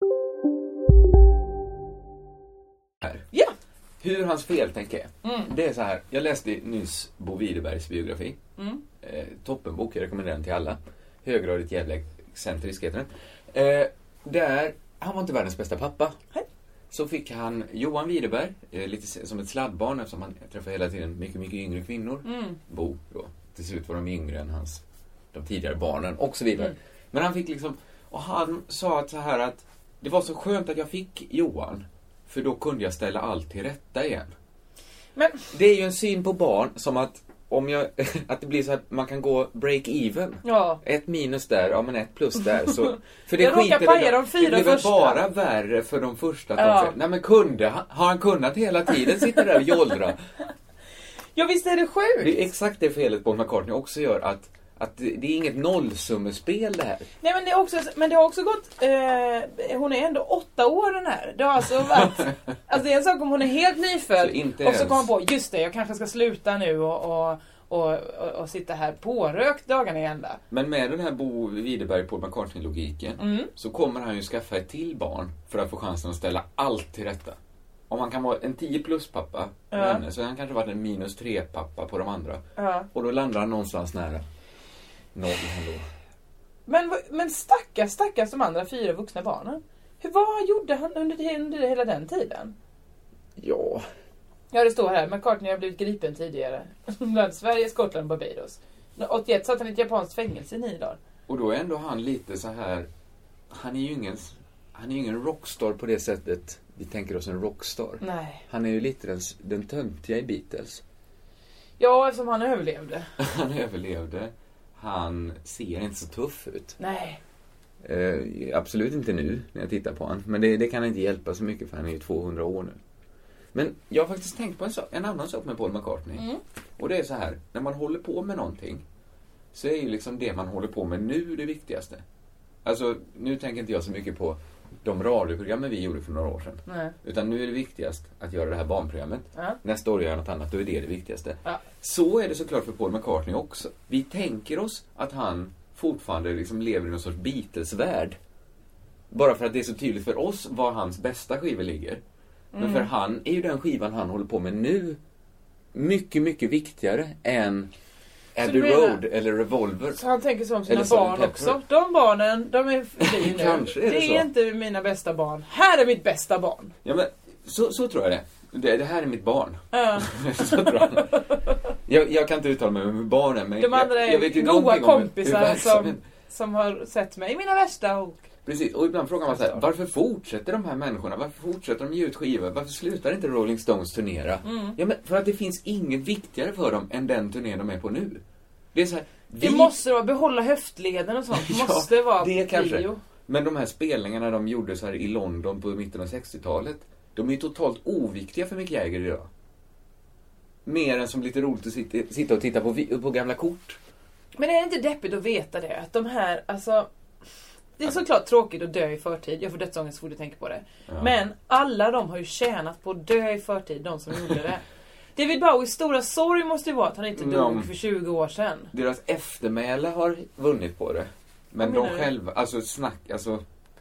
Ja. Hur hans fel tänker jag. Mm. Det är så här, jag läste nyss Bo Widerbergs biografi. Mm. Eh, toppenbok, jag rekommenderar den till alla. Höggradigt jävla excentrisk heter den. Eh, där, han var inte världens bästa pappa. Hej. Så fick han Johan Widerberg, eh, lite som ett sladdbarn eftersom han träffade hela tiden mycket, mycket yngre kvinnor. Mm. Bo då. Till slut var de yngre än hans, de tidigare barnen och så vidare. Mm. Men han fick liksom, och han sa att så här att det var så skönt att jag fick Johan. För då kunde jag ställa allt till rätta igen. Men det är ju en syn på barn som att om jag att det blir så att man kan gå break even. Ja. Ett minus där, ja men ett plus där så för det jag skiter det, de fyra det blir väl första. Bara värre för de första. Ja. Nej men kunde har han kunnat hela tiden sitta där och jollra. Ja visst är det sjukt. Det är exakt det felet Paul McCartney också gör att Att det är inget nollsummespel det här. Nej men det är också, men det har också gått eh, hon är ändå åtta år den här. Det har alltså varit alltså det är en sak om hon är helt nyfödd så och så kommer på just det, jag kanske ska sluta nu och, och, och, och, och sitta här pårökt dagarna igen där. Men med den här Bo Widerberg på McCartney-logiken mm. så kommer han ju skaffa ett till barn för att få chansen att ställa allt till rätta. Om man kan vara en tio plus pappa ja. henne, så han kanske varit en minus tre pappa på de andra. Ja. Och då landar han någonstans nära. Noll ändå. Men, men stackars, stackars de andra fyra vuxna barnen. Hur, vad gjorde han under, under hela den tiden? Ja. Ja, det står här. McCartney har blivit gripen tidigare. Bland Sverige, Skottland och Barbados. åttioett satt han i ett japanskt fängelse i nio dagar. Och då är ändå han lite så här. Han är ju ingen, han är ju ingen rockstar på det sättet vi tänker oss en rockstar. Nej. Han är ju lite den, den töntiga i Beatles. Ja, eftersom han överlevde. Han överlevde. Han ser inte så tuff ut. Nej. Eh, absolut inte nu när jag tittar på han. Men det, det kan inte hjälpa så mycket för han är ju tvåhundra år nu. Men jag har faktiskt tänkt på en, sak, en annan sak med Paul McCartney. Mm. Och det är så här. När man håller på med någonting så är ju liksom det man håller på med nu det viktigaste. Alltså nu tänker inte jag så mycket på de radioprogrammen vi gjorde för några år sedan. Nej. Utan nu är det viktigast att göra det här barnprogrammet. Ja. Nästa år gör jag något annat, då är det det viktigaste. Ja. Så är det såklart för Paul McCartney också. Vi tänker oss att han fortfarande liksom lever i någon sorts Beatles-värld. Bara för att det är så tydligt för oss var hans bästa skivor ligger. Mm. Men för han är ju den skivan han håller på med nu mycket, mycket viktigare än Abbey Road eller Revolver. Så han tänker som sina barn också. De barnen, de är fri nu. Kanske är det, det är så. Inte mina bästa barn. Här är mitt bästa barn. Ja men, så, så tror jag det. det. Det här är mitt barn. Uh. Så tror jag. jag. Jag kan inte uttala mig med barnen. Men de andra är jag, jag vet ju goda kompisar hur, hur som... som har sett mig i mina värsta och... Precis, och ibland frågar man så här, varför fortsätter de här människorna? Varför fortsätter de ge ut skivor? Varför slutar inte Rolling Stones turnera? Mm. Ja, men för att det finns inget viktigare för dem än den turnén de är på nu. Det är så här, vi... Det måste vara behålla höftleden och sånt. Det måste ja, vara det kanske. bio. Men de här spelningarna de gjorde så här i London på mitten av sextiotalet, de är ju totalt oviktiga för Mick Jagger idag. Mer än som lite roligt att sitta, sitta och titta på, på gamla kort. Men är det inte deppigt att veta det? Att de här, alltså... Det är såklart tråkigt att dö i förtid. Jag får dödsångest så fort jag tänker på det. Ja. Men alla de har ju tjänat på att dö i förtid, de som gjorde det. David Bowies stora sorg måste ju vara att han inte dog Ja. för tjugo år sedan. Deras eftermäle har vunnit på det. Men Vad de menar du? själva, alltså snack, alltså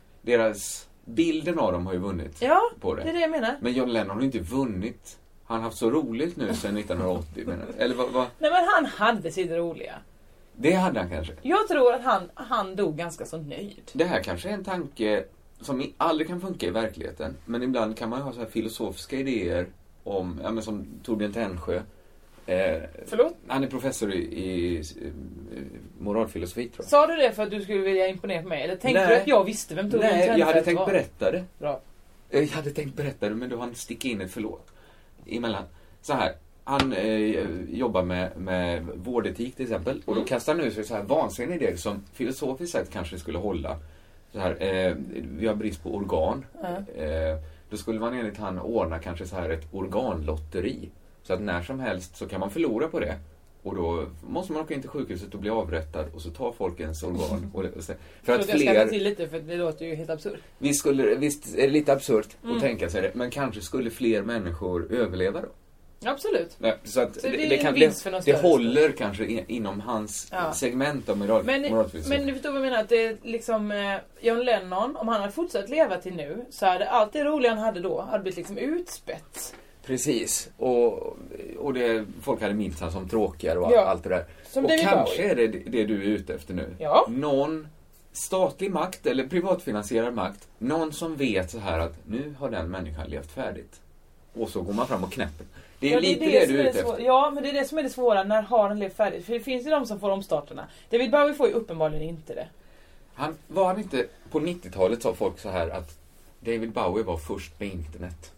deras bilden av dem har ju vunnit Ja, på det. det är det jag menar. Men John Lennon har ju inte vunnit. Han har haft så roligt nu sedan nittonhundraåttio. menar jag. Eller vad, vad? Nej, men han hade sitt roliga. Det hade han kanske. Jag tror att han, han dog ganska så nöjd. Det här kanske är en tanke som i- aldrig kan funka i verkligheten. Men ibland kan man ju ha så här filosofiska idéer om, ja men som Torbjörn Tännsjö. Eh, Förlåt? Han är professor i, i, i moralfilosofi, tror jag. Sa du det för att du skulle vilja imponera på mig? Eller tänkte Nej. du att jag visste vem Torbjörn Nej, jag hade Tännsjö tänkt var? berätta det. Bra. Jag hade tänkt berätta det, men då han sticka in ett förlåt emellan. Så här, han eh, jobbar med, med vårdetik till exempel. Och då Mm. kastar han nu sig så här vansinniga idéer som filosofiskt sett kanske skulle hålla. Så här, eh, vi har brist på organ. Mm. Eh, då skulle man enligt han ordna kanske så här ett organlotteri. Så att när som helst så kan man förlora på det. Och då måste man åka in till sjukhuset och bli avrättad. Och så tar folk ens organ. Och, och så, för att Jag ska ta fler... till lite för det låter ju helt absurt. Visst, skulle, visst är det lite absurt Mm. att tänka sig det. Men kanske skulle fler människor överleva då. Absolut. Nej, så att Så det, det det, är kan, en vinst för det, någon det större håller kanske in, inom hans Ja. segment av moral, Men, moralfilosofi. men du förstår vad jag menar, att det är liksom eh, John Lennon, om han hade fortsatt leva till nu, så hade allt det roliga han hade då hade blivit liksom utspätt. Precis. Och, och det, folk hade minst han som tråkigare och Ja. allt det där. Som och David kanske Bowie. är det det du är ute efter nu. Ja. Någon statlig makt eller privatfinansierad makt. Någon som vet så här att nu har den människan levt färdigt. Och så går man fram och knäpper. Det är Ja, lite det, som du är det ute svåra. efter. Ja, men det är det som är det svåra. När har han levt färdigt? För det finns ju de som får omstarterna. David Bowie får ju uppenbarligen inte det. Han, var han inte, på nittiotalet sa folk så här att David Bowie var först med internet.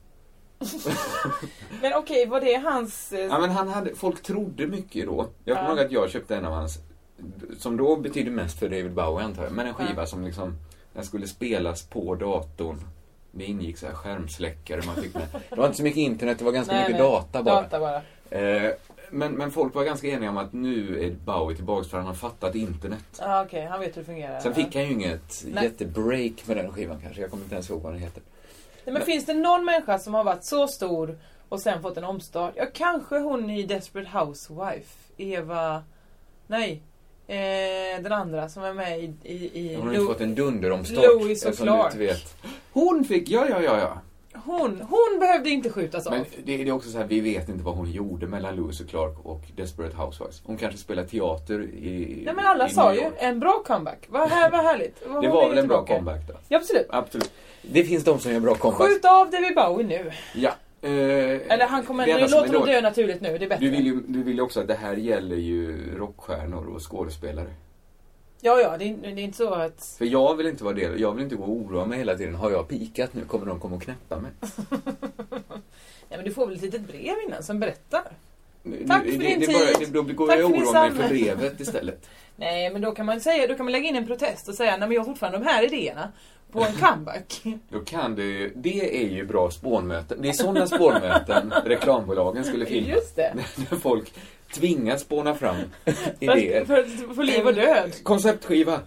Men okej, var det hans... Eh, Ja, men han hade, folk trodde mycket då. Jag kommer Ja. ihåg att jag köpte en av hans, som då betydde mest för David Bowie antar jag, men en skiva Ja. som liksom, den skulle spelas på datorn. Det ingick så här skärmsläckare man fick med. Det var inte så mycket internet, det var ganska Nej, mycket nej. data bara. Data bara. Eh, men, men folk var ganska eniga om att nu är Bowie tillbaka för han har fattat internet. Ja, okej, han vet hur det fungerar. Sen fick han ju inget Nej. jättebreak med den skivan kanske. Jag kommer inte ens ihåg vad den heter. Nej, men finns det någon människa som har varit så stor och sen fått en omstart? Ja, kanske hon i Desperate Housewife. Eva... Nej. Eh, den andra som är med i... i, i Hon har ju Lo- fått en dunderomstart. Louis och som Clark. du vet. Hon fick, ja ja ja ja. Hon, hon behövde inte skjutas av. Men det, det är också så här, vi vet inte vad hon gjorde mellan Louis och Clark och Desperate Housewives. Hon kanske spelar teater i Nej, men alla i sa New ju York. en bra comeback. Vad här var härligt. Hon Det var är väl en bra tillbaka. comeback då? Ja, absolut. Absolut. Det finns de som gör bra comebacks. Skjut av David Bowie nu. Ja. Eh, Eller han kommer... det Nu enda som låter är de då- dö naturligt nu. Det är bättre. Du vill ju du vill ju också att det här gäller ju rockstjärnor och skådespelare. Ja, ja. Det är, det är inte så att... För jag vill inte vara del. Jag vill inte gå och oroa mig hela tiden. Har jag pikat nu? Kommer de komma och knäppa mig? Ja, men du får väl ett litet brev innan som berättar. Nu- Tack det, för det, din det tid. Bara, det, då går Tack jag och för din oroar mig för samling. brevet istället. Nej, men då kan man säga, då kan man lägga in en protest och säga, nej men jag har fortfarande de här idéerna på en comeback. Då kan det ju, det är ju bra spånmöten. Det är sådana spånmöten reklambolagen skulle filma. Just det. När folk tvingas spåna fram idéer. För, för, för liv och död. Konceptskiva.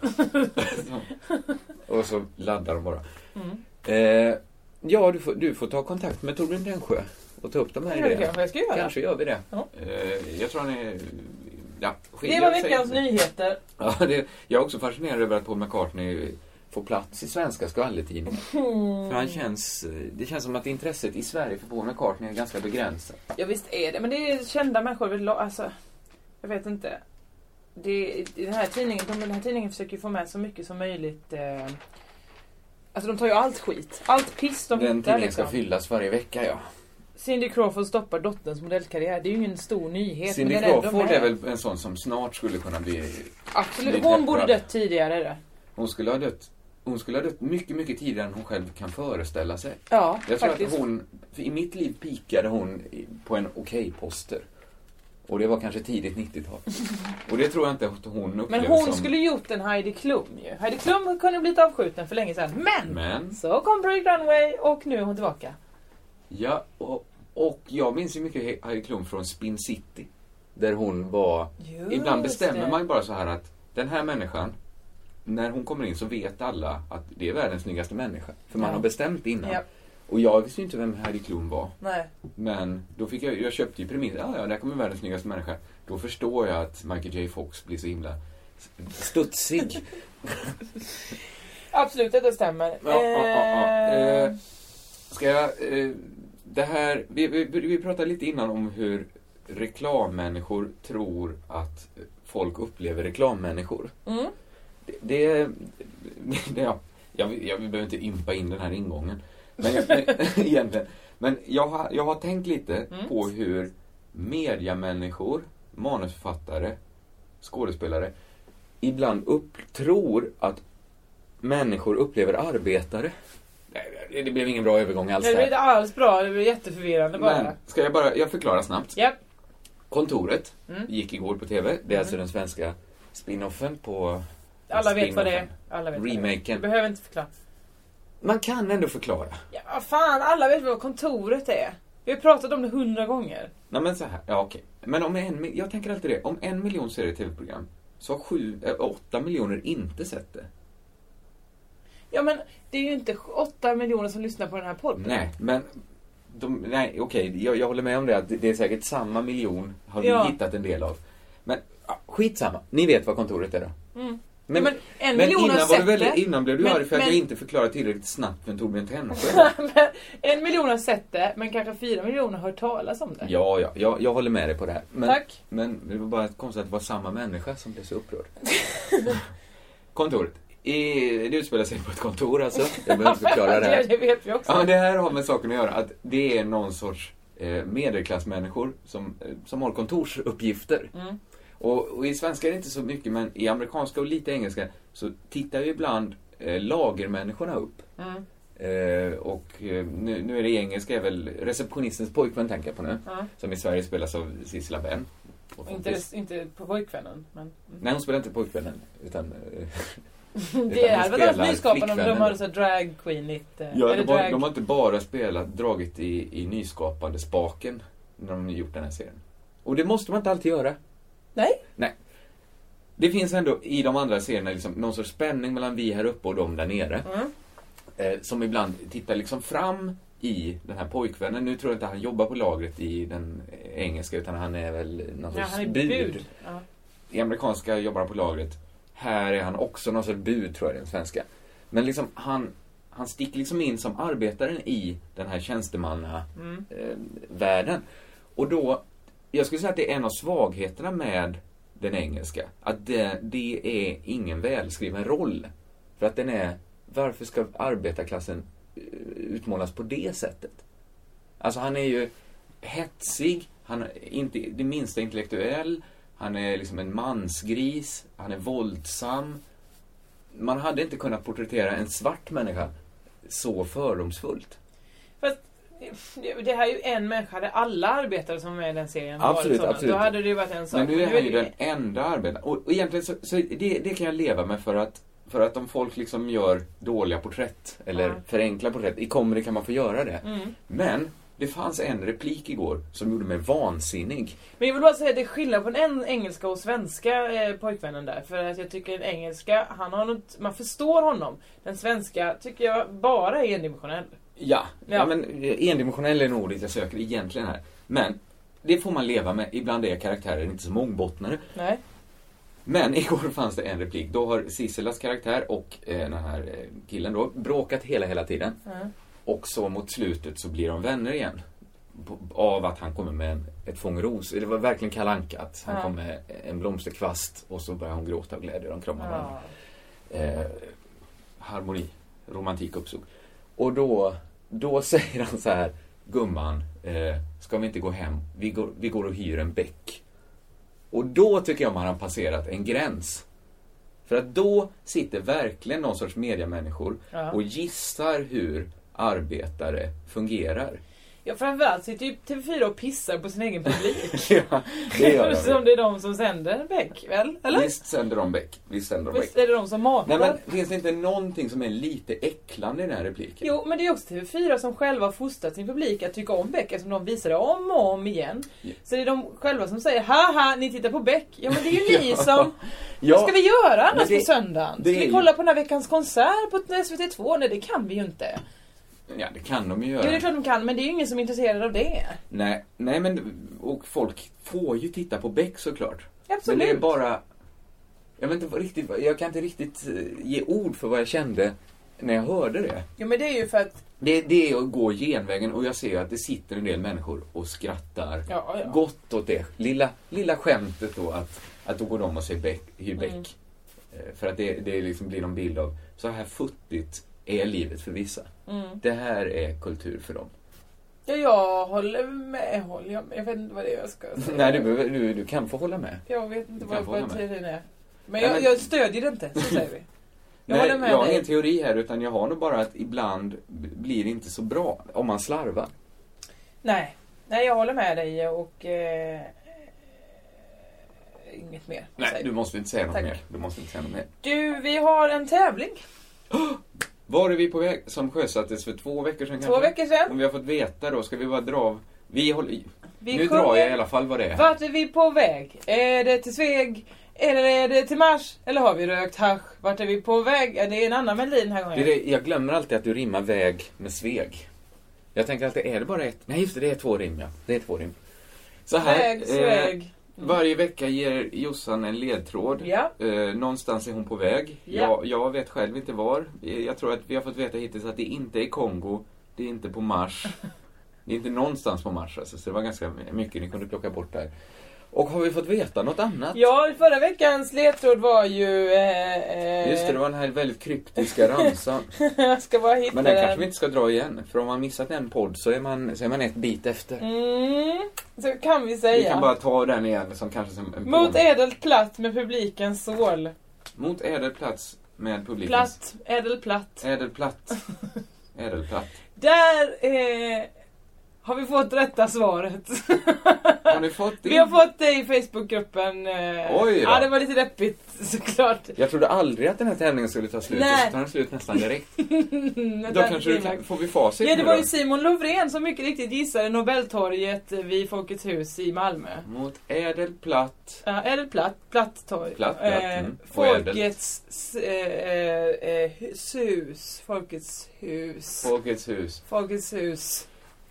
Och så laddar de bara. Mm. Eh, ja, du får, du får ta kontakt med Torbjörn Tännsjö och ta upp de här Ja, det idéerna. kanske jag ska göra. Kanske gör vi det. Ja. Eh, jag tror han är... Ja, Det var veckans nyheter. Ja, det, jag är också fascinerad över att Paul McCartney får plats i svenska skvallertidningar. Mm. För han känns, det känns som att intresset i Sverige för Paul McCartney är ganska begränsat. Ja, visst är det. Men det är kända människor. Alltså, jag vet inte. Det, den, här tidningen, de, den här tidningen försöker ju få med så mycket som möjligt. Eh, alltså de tar ju allt skit. Allt piss de Den hittar tidningen liksom. ska fyllas varje vecka, ja. Cindy Crawford stoppar dotterns modellkarriär. Det är ju ingen stor nyhet. Cindy men Crawford är, är väl en sån som snart skulle kunna bli... Absolut, bli hon borde peppad. dött tidigare. Det. Hon skulle ha dött... Hon skulle ha dött mycket, mycket tidigare än hon själv kan föreställa sig. Ja, jag tror faktiskt. att hon... För i mitt liv pikade hon på en okej-poster. Och det var kanske tidigt nittiotal. Och det tror jag inte att hon upplever. Men hon som... skulle gjort en Heidi Klum ju. Heidi Klum kunde blivit avskjuten för länge sedan. Men, Men... så kom Project Runway och nu är hon tillbaka. Ja, och, och jag minns ju mycket Heidi Klum från Spin City. Där hon var... Just ibland bestämmer det. man ju bara så här att den här människan, när hon kommer in så vet alla att det är världens snyggaste människa. För man Ja. har bestämt innan. Ja. Och jag visste ju inte vem Heidi Klum var. Nej. Men då fick jag, jag köpte ju premiss. Ja, ja, där kommer världens snyggaste människa. Då förstår jag att Michael J. Fox blir så himla studsig. Absolut, det stämmer. Ja, ja, ja, ja. Eh, Eh, ska jag... Eh, det här... Vi, vi, vi pratade lite innan om hur reklammänniskor tror att folk upplever reklammänniskor. Mm. Det... det, det ja, jag, jag behöver inte impa in den här ingången. Men, jag, men egentligen... Men jag har, jag har tänkt lite Mm. på hur mediamänniskor, manusförfattare, skådespelare ibland upp, tror att människor upplever arbetare. Nej, det blev ingen bra övergång alls det blir där. inte alls bra, det blir jätteförvirrande bara. Men ska jag bara, jag förklarar snabbt. Yep. Kontoret Mm. gick igår på tv. Det är Mm. alltså den svenska spin-offen på... Alla vet vad det är. spin-offen. Alla vet vad det är. Remaken. Du behöver inte förklara. Man kan ändå förklara. Ja, fan, alla vet vad kontoret är. Vi har pratat om det hundra gånger. Nej, men så här, ja okej. Men om en, mi- jag tänker alltid det. Om en miljon ser ett tv-program så har sju, äh, åtta miljoner inte sett det. Ja, men det är ju inte åtta miljoner som lyssnar på den här podden. Nej, men de, nej, okej, jag, jag håller med om det att det, det är säkert samma miljon har vi Ja. hittat en del av. Men ja, skitsamma. Ni vet vad kontoret är då. Mm. Men, men en men miljon har innan, var du sett väldigt, det. innan blev du Men- arg för att men- jag inte förklarade tillräckligt snabbt för en Torbjörn Tännsjö. Men en miljon har sett det, men kanske fyra miljoner har hört talas om det. Ja, ja, jag, jag håller med dig på det här. Men, Tack. Men det var bara konstigt att det var samma människa som blev så upprörd. Kontoret. I, det utspelar sig på ett kontor alltså. Jag behöver inte förklara det här. det vet vi också. Ja, men det här har med saken att göra. Att det är någon sorts eh, medelklassmänniskor som, eh, som har kontorsuppgifter. Mm. Och, och i svenska är det inte så mycket, men i amerikanska och lite engelska så tittar ju ibland eh, lagermänniskorna upp. Mm. Eh, och eh, nu, nu är det i engelska är väl receptionistens pojkvän tänker jag på nu. Ja. Som i Sverige spelas av Sissela Benn. Och Inte, faktiskt- inte på pojkvännen. Men, mm. Nej, hon spelar inte pojkvännen. Utan, eh, det är väl spelar deras nyskapande om de flickvännen. har så drag queenigt. Ja, eller de, har, drag... de har inte bara spelat, dragit i, i nyskapande spaken när de har gjort den här serien. Och det måste man inte alltid göra. Nej. Nej. Det finns ändå i de andra serierna liksom någon sorts spänning mellan vi här uppe och de där nere. Mm. Eh, som ibland tittar liksom fram i den här pojkvännen. Nu tror jag inte han jobbar på lagret i den engelska utan han är väl någon Ja, sorts han är bud. bud. Ja. I amerikanska jobbar han på lagret. Här är han också någon sorts bud tror jag i den svenska. Men liksom han, han sticker liksom in som arbetaren i den här tjänstemanna Mm. eh, världen. Och då, jag skulle säga att det är en av svagheterna med den engelska. Att det, det är ingen välskriven roll. För att den är, varför ska arbetarklassen eh, utmålas på det sättet? Alltså han är ju hetsig, han är inte det minsta intellektuell, han är liksom en mansgris, han är våldsam. Man hade inte kunnat porträttera en svart människa så fördomsfullt. Fast det här är ju en människa. Hade alla arbetare som är med i den serien Absolut, varit såna, absolut. då hade det ju varit en sak. Men nu är han ju det- den enda arbetaren. Och, och egentligen så, så det, det kan jag leva med för att för att om folk liksom gör dåliga porträtt eller Ja. förenklar porträtt, i comedy kan man få göra det. Mm. Men det fanns en replik igår som gjorde mig vansinnig. Men jag vill bara säga att det är skillnad på en engelska och svenska eh, pojkvännen där. För att jag tycker den engelska, han har något, man förstår honom. Den svenska tycker jag bara är endimensionell. Ja, ja. Ja. men endimensionell är nog ordet jag söker egentligen här. Men det får man leva med. Ibland är karaktärer inte så mångbottnade. Nej. Men igår fanns det en replik. Då har Siselas karaktär och eh, den här eh, killen då bråkat hela hela tiden. Mm. Och så mot slutet så blir de vänner igen. På- Av att han kommer med en, ett fång ros. Det var verkligen Kalle Anka att han Ja. kom med en blomsterkvast och så börjar hon gråta och glädje. De kramar varandra. Ja. Eh, harmoni, romantik uppstod. Och då, då säger han så här: gumman, eh, ska vi inte gå hem? Vi går, vi går och hyr en bäck. Och då tycker jag man har passerat en gräns. För att då sitter verkligen någon sorts mediamänniskor ja. och gissar hur arbetare fungerar. Ja, framförallt sitter ju T V fyra och pissar på sin egen publik. Ja, det gör de. Som det är de som sänder Beck, väl? Eller? Visst sänder de Beck. Visst sänder de Visst Beck. är det de som matar. Nej, men finns det inte någonting som är lite äcklande i den här repliken? Jo, men det är också T V fyra som själva har fostrat sin publik att tycka om Beck, eftersom de visar det om och om igen. Yeah. Så det är de själva som säger, haha, ni tittar på Beck. Ja, men det är ju ni som... Ja. Vad ska vi göra annars det, på söndagen? Ska vi kolla på den här veckans konsert på S V T två? Nej, det kan vi ju inte. Ja, det kan de ju göra. Jo, det är klart de kan, men det är ju ingen som är intresserad av det. Nej, nej men och folk får ju titta på Beck såklart. Absolut. Men det är bara... Jag vet inte riktigt, jag kan inte riktigt ge ord för vad jag kände när jag hörde det. Jo, men det är ju för att... Det, det är att gå genvägen och jag ser att det sitter en del människor och skrattar. Ja, ja. Gott åt det. Lilla, lilla skämtet då att, att då går de och säger Beck, hyr Beck. Mm. För att det, det liksom blir någon bild av så här futtigt är livet för vissa. Mm. Det här är kultur för dem. Ja, jag håller med. Håller jag, jag vet inte vad det är jag ska säga. Nej, du, du, du kan få hålla med. Jag vet inte vad, vad teorin är. Men jag, jag stödjer det inte, så säger vi. Jag Nej, håller med jag har dig. ingen teori här, utan jag har nog bara att ibland blir det inte så bra om man slarvar. Nej, Nej jag håller med dig och... Eh, inget mer. Nej, du måste inte säga något Tack. mer. Du måste inte säga något mer. Du, vi har en tävling. Var är vi på väg? Som sjösattes för två veckor sedan. Två kanske? veckor sedan. Om vi har fått veta då, ska vi bara dra av. Vi håller i. Vi nu sjunger. drar jag i alla fall vad det är. Vart är vi på väg? Är det till Sveg? Eller är det till Mars? Eller har vi rökt hasch? Vart är vi på väg? Är det en annan melodi den här gången? Det är det, jag glömmer alltid att du rimmar väg med Sveg. Jag tänker alltid, är det bara ett? Nej, just det, det är två rim, ja. Det är två rim. Så här, Väg, Sveg. Eh, varje vecka ger Jossan en ledtråd. Ja. Eh, någonstans är hon på väg. Ja. Jag, jag vet själv inte var. Jag tror att vi har fått veta hittills att det inte är Kongo. Det är inte på Mars. Det är inte någonstans på Mars. Alltså, så det var ganska mycket ni kunde plocka bort där. Och har vi fått veta något annat? Ja, förra veckans ledtråd var ju... Eh, eh, Just det, det var den här väldigt kryptiska ramsan. jag ska bara hitta Men den den. kanske vi inte ska dra igen. För om man missat en podd så är man, så är man ett bit efter. Mm, så kan vi säga. Vi kan bara ta den igen som kanske som en Mot ädelt platt med publikens sål. Mot ädel plats med publikens... Platt, ädel platt. Ädel platt. Ädel platt. Där eh, har vi fått rätta svaret. Har ni fått det? Vi har fått det i Facebookgruppen. Eh, Oj då. Ja, det var lite deppigt såklart. Jag trodde aldrig att den här tävlingen skulle ta slut. Nej. Så tar den slut nästan direkt. Då kanske du kan, får vi facit. Ja, det nu var då. ju Simon Lovren som mycket riktigt gissade Nobeltorget vid Folkets hus i Malmö. Mot ädel platt. Ja, ädel platt, platt torg. Platt, platt. Eh, Mm. Folkets eh, eh, hus. Folkets hus. Folkets hus. Folkets hus.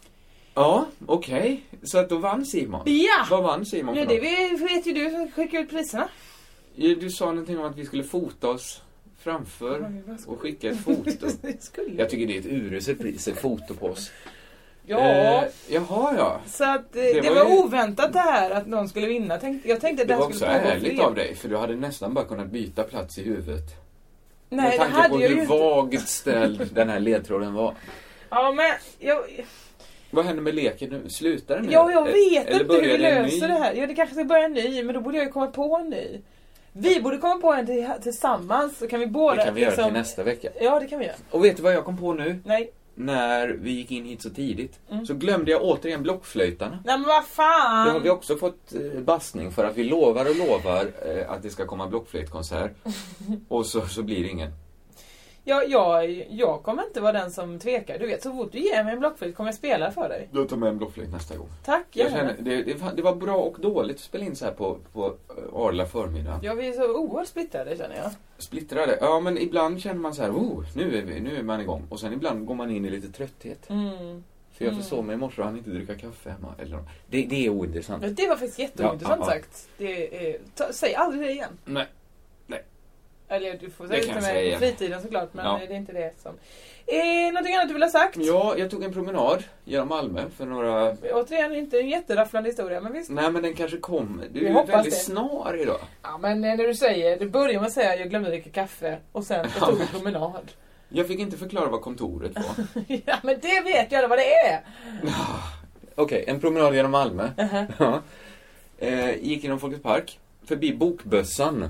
Ja, okej. Okay. Så att då vann Simon. Ja! Vad vann Simon för Ja, det något? vet ju du som skickar ut priserna. Ja, du sa någonting om att vi skulle fota oss framför och skicka ett foto. Jag tycker det är ett uruselt pris, ett foto på oss. Ja. Eh, jaha, ja. Så att eh, Det det, var var, ju- oväntat det här att någon skulle vinna. Tänk, jag tänkte att Det det var här också skulle pågå ärligt fler. av dig, för du hade nästan bara kunnat byta plats i huvudet. Nej, Med det tanke hade på jag hur ju inte. vagt ställd den här ledtråden var. Ja, men jag, Vad händer med leken nu? Slutar den nu? ja, jag vet Eller inte hur vi börjar det en löser ny? det här. Ja, det kanske ska börja en ny, men då borde jag ju komma på en ny. Vi borde komma på en till, tillsammans, så kan vi båda... Det kan vi göra liksom- till nästa vecka. Ja, det kan vi göra. Och vet du vad jag kom på nu? Nej. När vi gick in hit så tidigt. Mm. Så glömde jag återigen blockflöjtarna. Nej, men vad fan! Det har vi också fått eh, bastning för att vi lovar och lovar eh, att det ska komma blockflöjtkonsert. Och så, så blir det ingen. Ja, jag, jag kommer inte vara den som tvekar. Du vet, så fort du ger mig en blockflöjt kommer jag spela för dig. Då tar med en blockflöjt nästa gång. Tack, Jag gärna. känner, det, det, var- det var bra och dåligt att spela in så här på, på eh, Arla förmiddag. Ja, vi är så oerhört splittrade, känner jag. Splittrade. Ja, men ibland känner man så här, oh, nu är, vi, nu är man igång. Och sen ibland går man in i lite trötthet. Mm. För jag Mm. försov mig i morse och han inte dricka kaffe hemma. Eller, något. det, det är ointressant. Ja, det var faktiskt jätteointressant Ja, ja, ja. sagt. Det är, ta, säg aldrig det igen. Nej. Nej. Eller du får Det säga kan det jag till säga mig igen. på fritiden såklart, men Ja. det är inte det som... Eh, någonting annat du vill ha sagt? Ja, jag tog en promenad genom Malmö för några... Återigen, inte en jätterafflande historia, men visst. Nej, men den kanske kommer. Du Vi är hoppas väldigt det. snar idag. Ja, men eh, när du säger, du börjar med att säga jag glömde dricka kaffe och sen jag tog en promenad. Jag fick inte förklara vad kontoret var. Ja, men det vet jag vad det är. Okej, okay, en promenad genom Malmö. Uh-huh. Ja. Eh, gick genom Folkets Park. Förbi Bokbössan.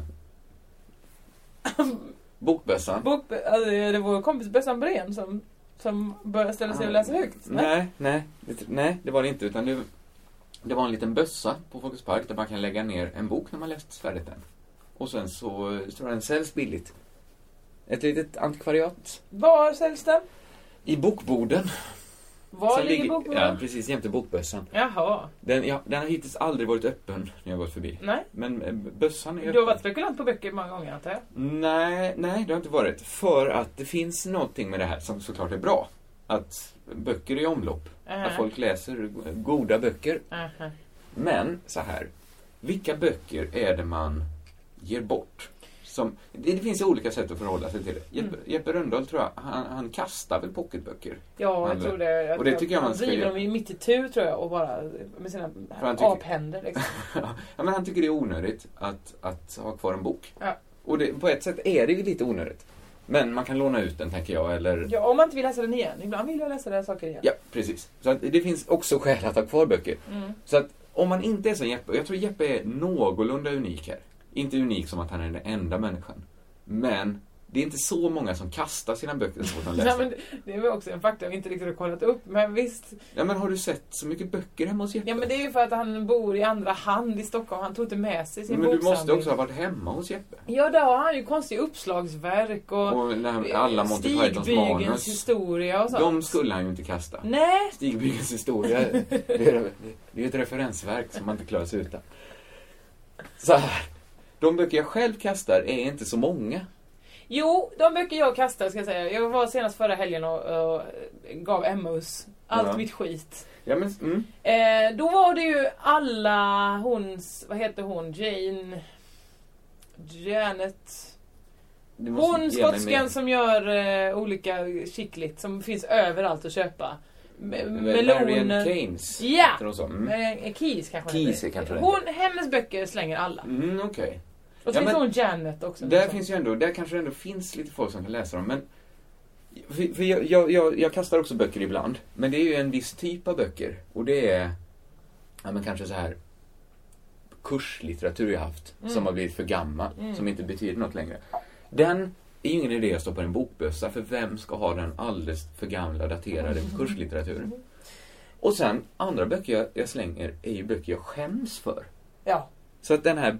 Bokbössan. Bok, alltså, det var vår kompis Bössan Brén som, som började ställa sig och läsa högt. Nej, nej, nej, det, nej, det var det inte. Utan det, det var en liten bössa på Folkets Park där man kan lägga ner en bok när man läst färdigt den. Och sen så står den säljs billigt. Ett litet antikvariat. Var säljs den? I Bokboden. Var ligger Bokboden? Ja, precis jämte Bokbössan. Jaha. Den, ja, den har hittills aldrig varit öppen när jag gått förbi. Nej. Men eh, bössan är öppen. Du har varit spekulant på böcker många gånger, antar jag? Nej, nej, det har inte varit. För att det finns någonting med det här som såklart är bra. Att böcker är i omlopp. Uh-huh. Att folk läser goda böcker. Uh-huh. Men, så här. Vilka böcker är det man ger bort? Som, det, det finns ju olika sätt att förhålla sig till det. Jeppe, mm. Jeppe Rönndahl tror jag, han, han kastar väl pocketböcker? Ja, jag tror det. Jag och det tycker jag man ska göra. Han driver dem i mitt i tur tror jag och bara med sina aphänder. Liksom. Ja, men han tycker det är onödigt att, att ha kvar en bok. Ja. Och det, på ett sätt är det ju lite onödigt. Men man kan låna ut den, tänker jag. Eller... Ja, om man inte vill läsa den igen. Ibland vill jag läsa den saker igen. Ja, precis. Så att det finns också skäl att ha kvar böcker. Mm. Så att om man inte är som Jeppe, och jag tror Jeppe är någorlunda unik här. Inte unik som att han är den enda människan. Men det är inte så många som kastar sina böcker så att de läser. Ja, men det är också en faktor jag inte riktigt har kollat upp. Men visst. Ja, men har du sett så mycket böcker hemma hos Jeppe? Ja, men det är ju för att han bor i andra hand i Stockholm. Han tog inte med sig sin boksamling. Men du boksamling. måste också ha varit hemma hos Jeppe. Ja, där har han ju konstiga uppslagsverk och, och här, alla Monty Pythons manus. historia och sånt. De skulle han ju inte kasta. Nej. Stigbyggens historia, det är, det är ett referensverk som man inte klarar sig utan. Så här. De böcker jag själv kastar är inte så många. Jo, de böcker jag kastar ska jag säga. Jag var senast förra helgen och, och gav Emmaus allt ja. mitt skit. Ja, men, mm. eh, då var det ju alla hons, vad heter hon? Jane... Janet... Hon skotskan som gör eh, olika chicklit som finns överallt att köpa. Melonen. Keynes. Ja. Mm. Keys kanske. Keys är kanske. Hon hennes böcker slänger alla. Mm, okej. Okay. Och så ja, finns hon Janet också. Där finns ju ändå, där kanske ändå finns lite folk som kan läsa dem, men för, för jag, jag, jag, jag kastar också böcker ibland, men det är ju en viss typ av böcker och det är ja, men kanske så här kurslitteratur jag haft mm. som har blivit för gammal, mm. som inte betyder något längre. Den är ju ingen idé att stå på en bokbössa, för vem ska ha den alldeles för gamla daterade mm. kurslitteraturen? Mm. Och sen, andra böcker jag, jag slänger är ju böcker jag skäms för. Ja. Så att den här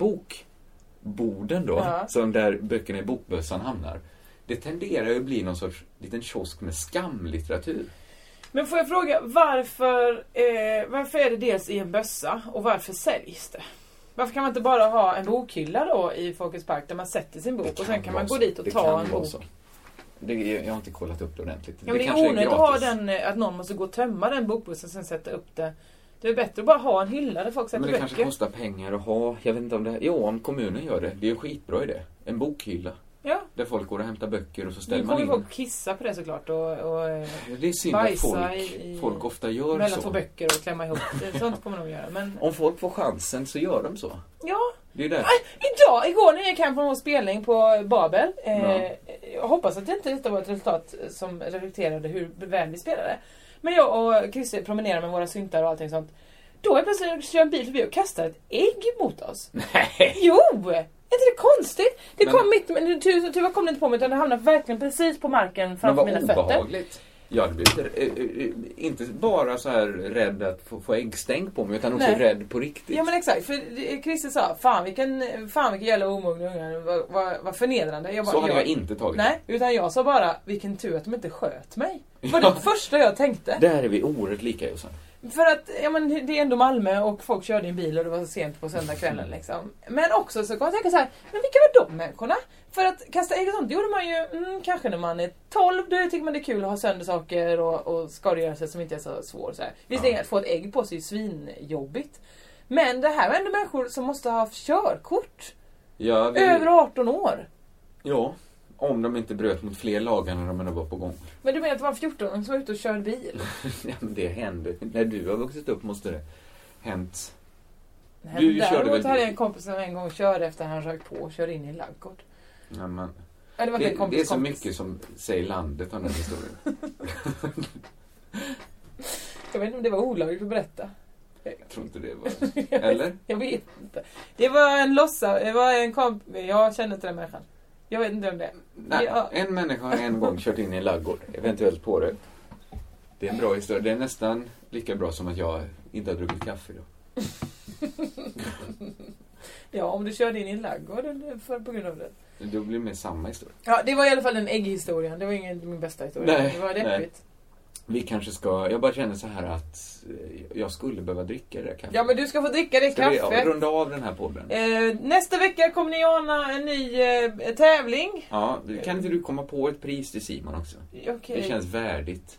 bokboden då, ja. som där böckerna i bokbössan hamnar, det tenderar ju att bli någon sorts liten kiosk med skamlitteratur. Men får jag fråga, varför, eh, varför är det dels i en bössa och varför säljs det? Varför kan man inte bara ha en bokhylla då i Folkets Park där man sätter sin bok och sen kan man gå dit och det ta en bok? Det, jag har inte kollat upp det ordentligt. Ja, men det, det är onödigt att ha den, att någon måste gå och tömma den bokbussen och sen sätta upp det. Det är bättre att bara ha en hylla där folk sätter böcker. Men det böcker. Kanske kostar pengar att ha, jag vet inte om det, jo om kommunen gör det, det är en skitbra idé. En bokhylla. Ja. Där folk går och hämtar böcker och så ställer man in. Nu kommer folk kissa på det såklart och, och det är synd att folk, i, folk ofta gör mellan så. Mellan två böcker och klämma ihop. Sånt kommer de göra. Men... Om folk får chansen så gör de så. Ja. Det är det. Idag, igår när jag gick hem från vår spelning på Babel. Eh, ja. Jag hoppas att det inte detta var ett resultat som reflekterade hur väl vi spelade. Men jag och Christer promenerar med våra syntar och allting sånt. Då är plötsligt kör en bil förbi och kastar ett ägg mot oss. Nej. Jo! Är inte det konstigt? Det men, kom mitt, men tur, tur kom det inte på mig utan det hamnade verkligen precis på marken framför mina fötter. Obehagligt. Jag hade blivit äh, äh, inte bara så här rädd att få, få äggstänk på mig utan också Nej. rädd på riktigt. Ja men exakt, för Christer sa fan vilken, fan vilken jävla omogna ungar, vad, vad, vad förnedrande. Jag bara, så hade jag, jag inte tagit Nej, det. Utan jag sa bara vilken tur att de inte sköt mig. Det var ja. det första jag tänkte. Där är vi oerhört lika Jossan. För att, ja men det är ändå Malmö och folk körde i en bil och det var så sent på söndagskvällen liksom. Men också så kan man tänka så här, men vilka var de människorna? För att kasta ägg och sånt, det gjorde man ju mm, kanske när man är tolv, då tycker man det är kul att ha sönder saker och, och skadegöra sig som inte är så svår. Så här. Visst, ja. Att få ett ägg på sig är svinjobbigt. Men det här var ändå människor som måste ha körkort. Ja, vi... Över arton år. Ja, om de inte bröt mot fler lagar när de var på gång. Men du menar att det var fjorton som var ute och körde bil? Ja, men det hände. När du har vuxit upp måste det hänt. Du Däremot körde väl... hade jag en kompis som en gång körde efter han rökt på och körde in i en laggård. Ja, men... Ja, det, var det, kompis, det är så kompis. mycket som säger landet om den historien. Jag vet inte om det var olagligt att berätta. Jag tror inte det var... Eller? Jag vet inte. Det var en lossa. Det var en komp... Jag känner inte den människan. Jag vet inte om det. Nej, ja. En människa har en gång kört in i en laggård. Eventuellt på det. Det är en bra historia. Det är nästan lika bra som att jag inte har druckit kaffe då. Ja, om du körde in i en laggård för, på grund av det. Det blir med samma historia. Ja, det var i alla fall den ägghistorien. Det var ingen min bästa historia. Nej, det var deppigt. nej. Vi kanske ska... Jag bara känner så här att jag skulle behöva dricka det kaffet. Ja, men du ska få dricka det ska kaffe. Ska vi runda av den här podden? Eh, nästa vecka kommer ni ana en ny eh, tävling. Ja, kan inte du komma på ett pris till Simon också? Okay. Det känns värdigt.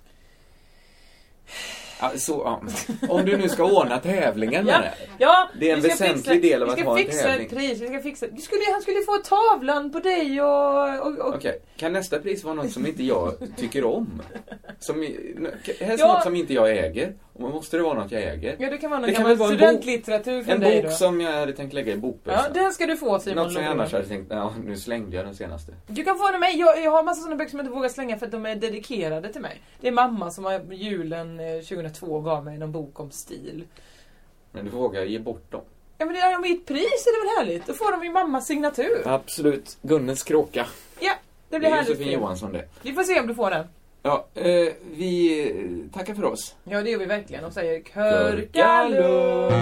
Alltså, ja. Om du nu ska ordna tävlingen med ja, det. Ja, det är en väsentlig fixa, del av att ha en tävling. Vi ska fixa ett pris. Vi ska fixa. Du skulle, han skulle få tavlan på dig och... och, och... Okej, okay. Kan nästa pris vara något som inte jag tycker om? Som, helst ja. något som inte jag äger. Och måste det vara något jag äger? Ja, det kan vara något det kan gammal vara studentlitteratur från en dig bok då. som jag hade tänkt lägga i bokbössan. Ja, den ska du få, Simon. Något som jag annars hade tänkt, ja, nu slängde jag den senaste. Du kan få den av mig. Jag, jag har massa sådana böcker som jag inte vågar slänga för att de är dedikerade till mig. Det är mamma som har julen tjugohundratvå gav mig någon bok om stil. Men du vågar ge bort dem. Ja, men det är mitt pris, är det väl härligt? Då får de min mammas signatur. Absolut. Gunnels kråka. Ja, det blir det härligt. Josefin Johansson det. Vi får se om du får den. Ja, eh, vi tackar för oss. Ja, det gör vi verkligen. Och säger Körkalund.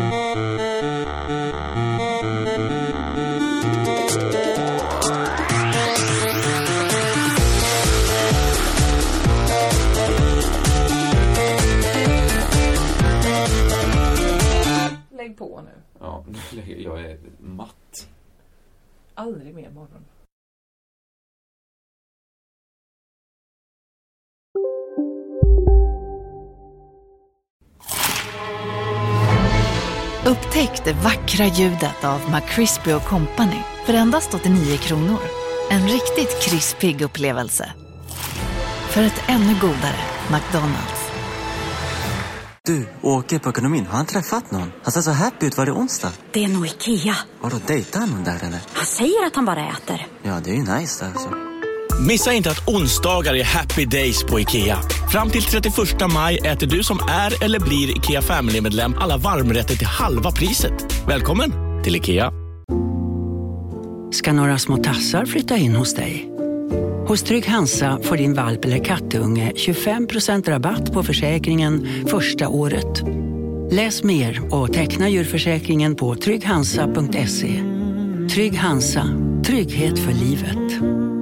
Lägg på nu. Ja, jag är matt. Aldrig mer morgon. Upptäck det vackra ljudet av McCrispy och Company för endast åttionio kronor. En riktigt krispig upplevelse. För ett ännu godare McDonald's. Du, åker på ekonomin. Har han träffat någon? Han ser så happy ut. Var det onsdag? Det är nog Ikea. Har du dejtat någon där eller? Han säger att han bara äter. Ja, det är ju nice alltså. Missa inte att onsdagar är happy days på Ikea. Fram till trettioförsta maj äter du som är eller blir Ikea Family-medlem alla varmrätter till halva priset. Välkommen till Ikea. Ska några små tassar flytta in hos dig? Hos Trygg Hansa får din valp eller kattunge tjugofem procent rabatt på försäkringen första året. Läs mer och teckna djurförsäkringen på trygg hansa punkt se. Trygg Hansa, trygghet för livet.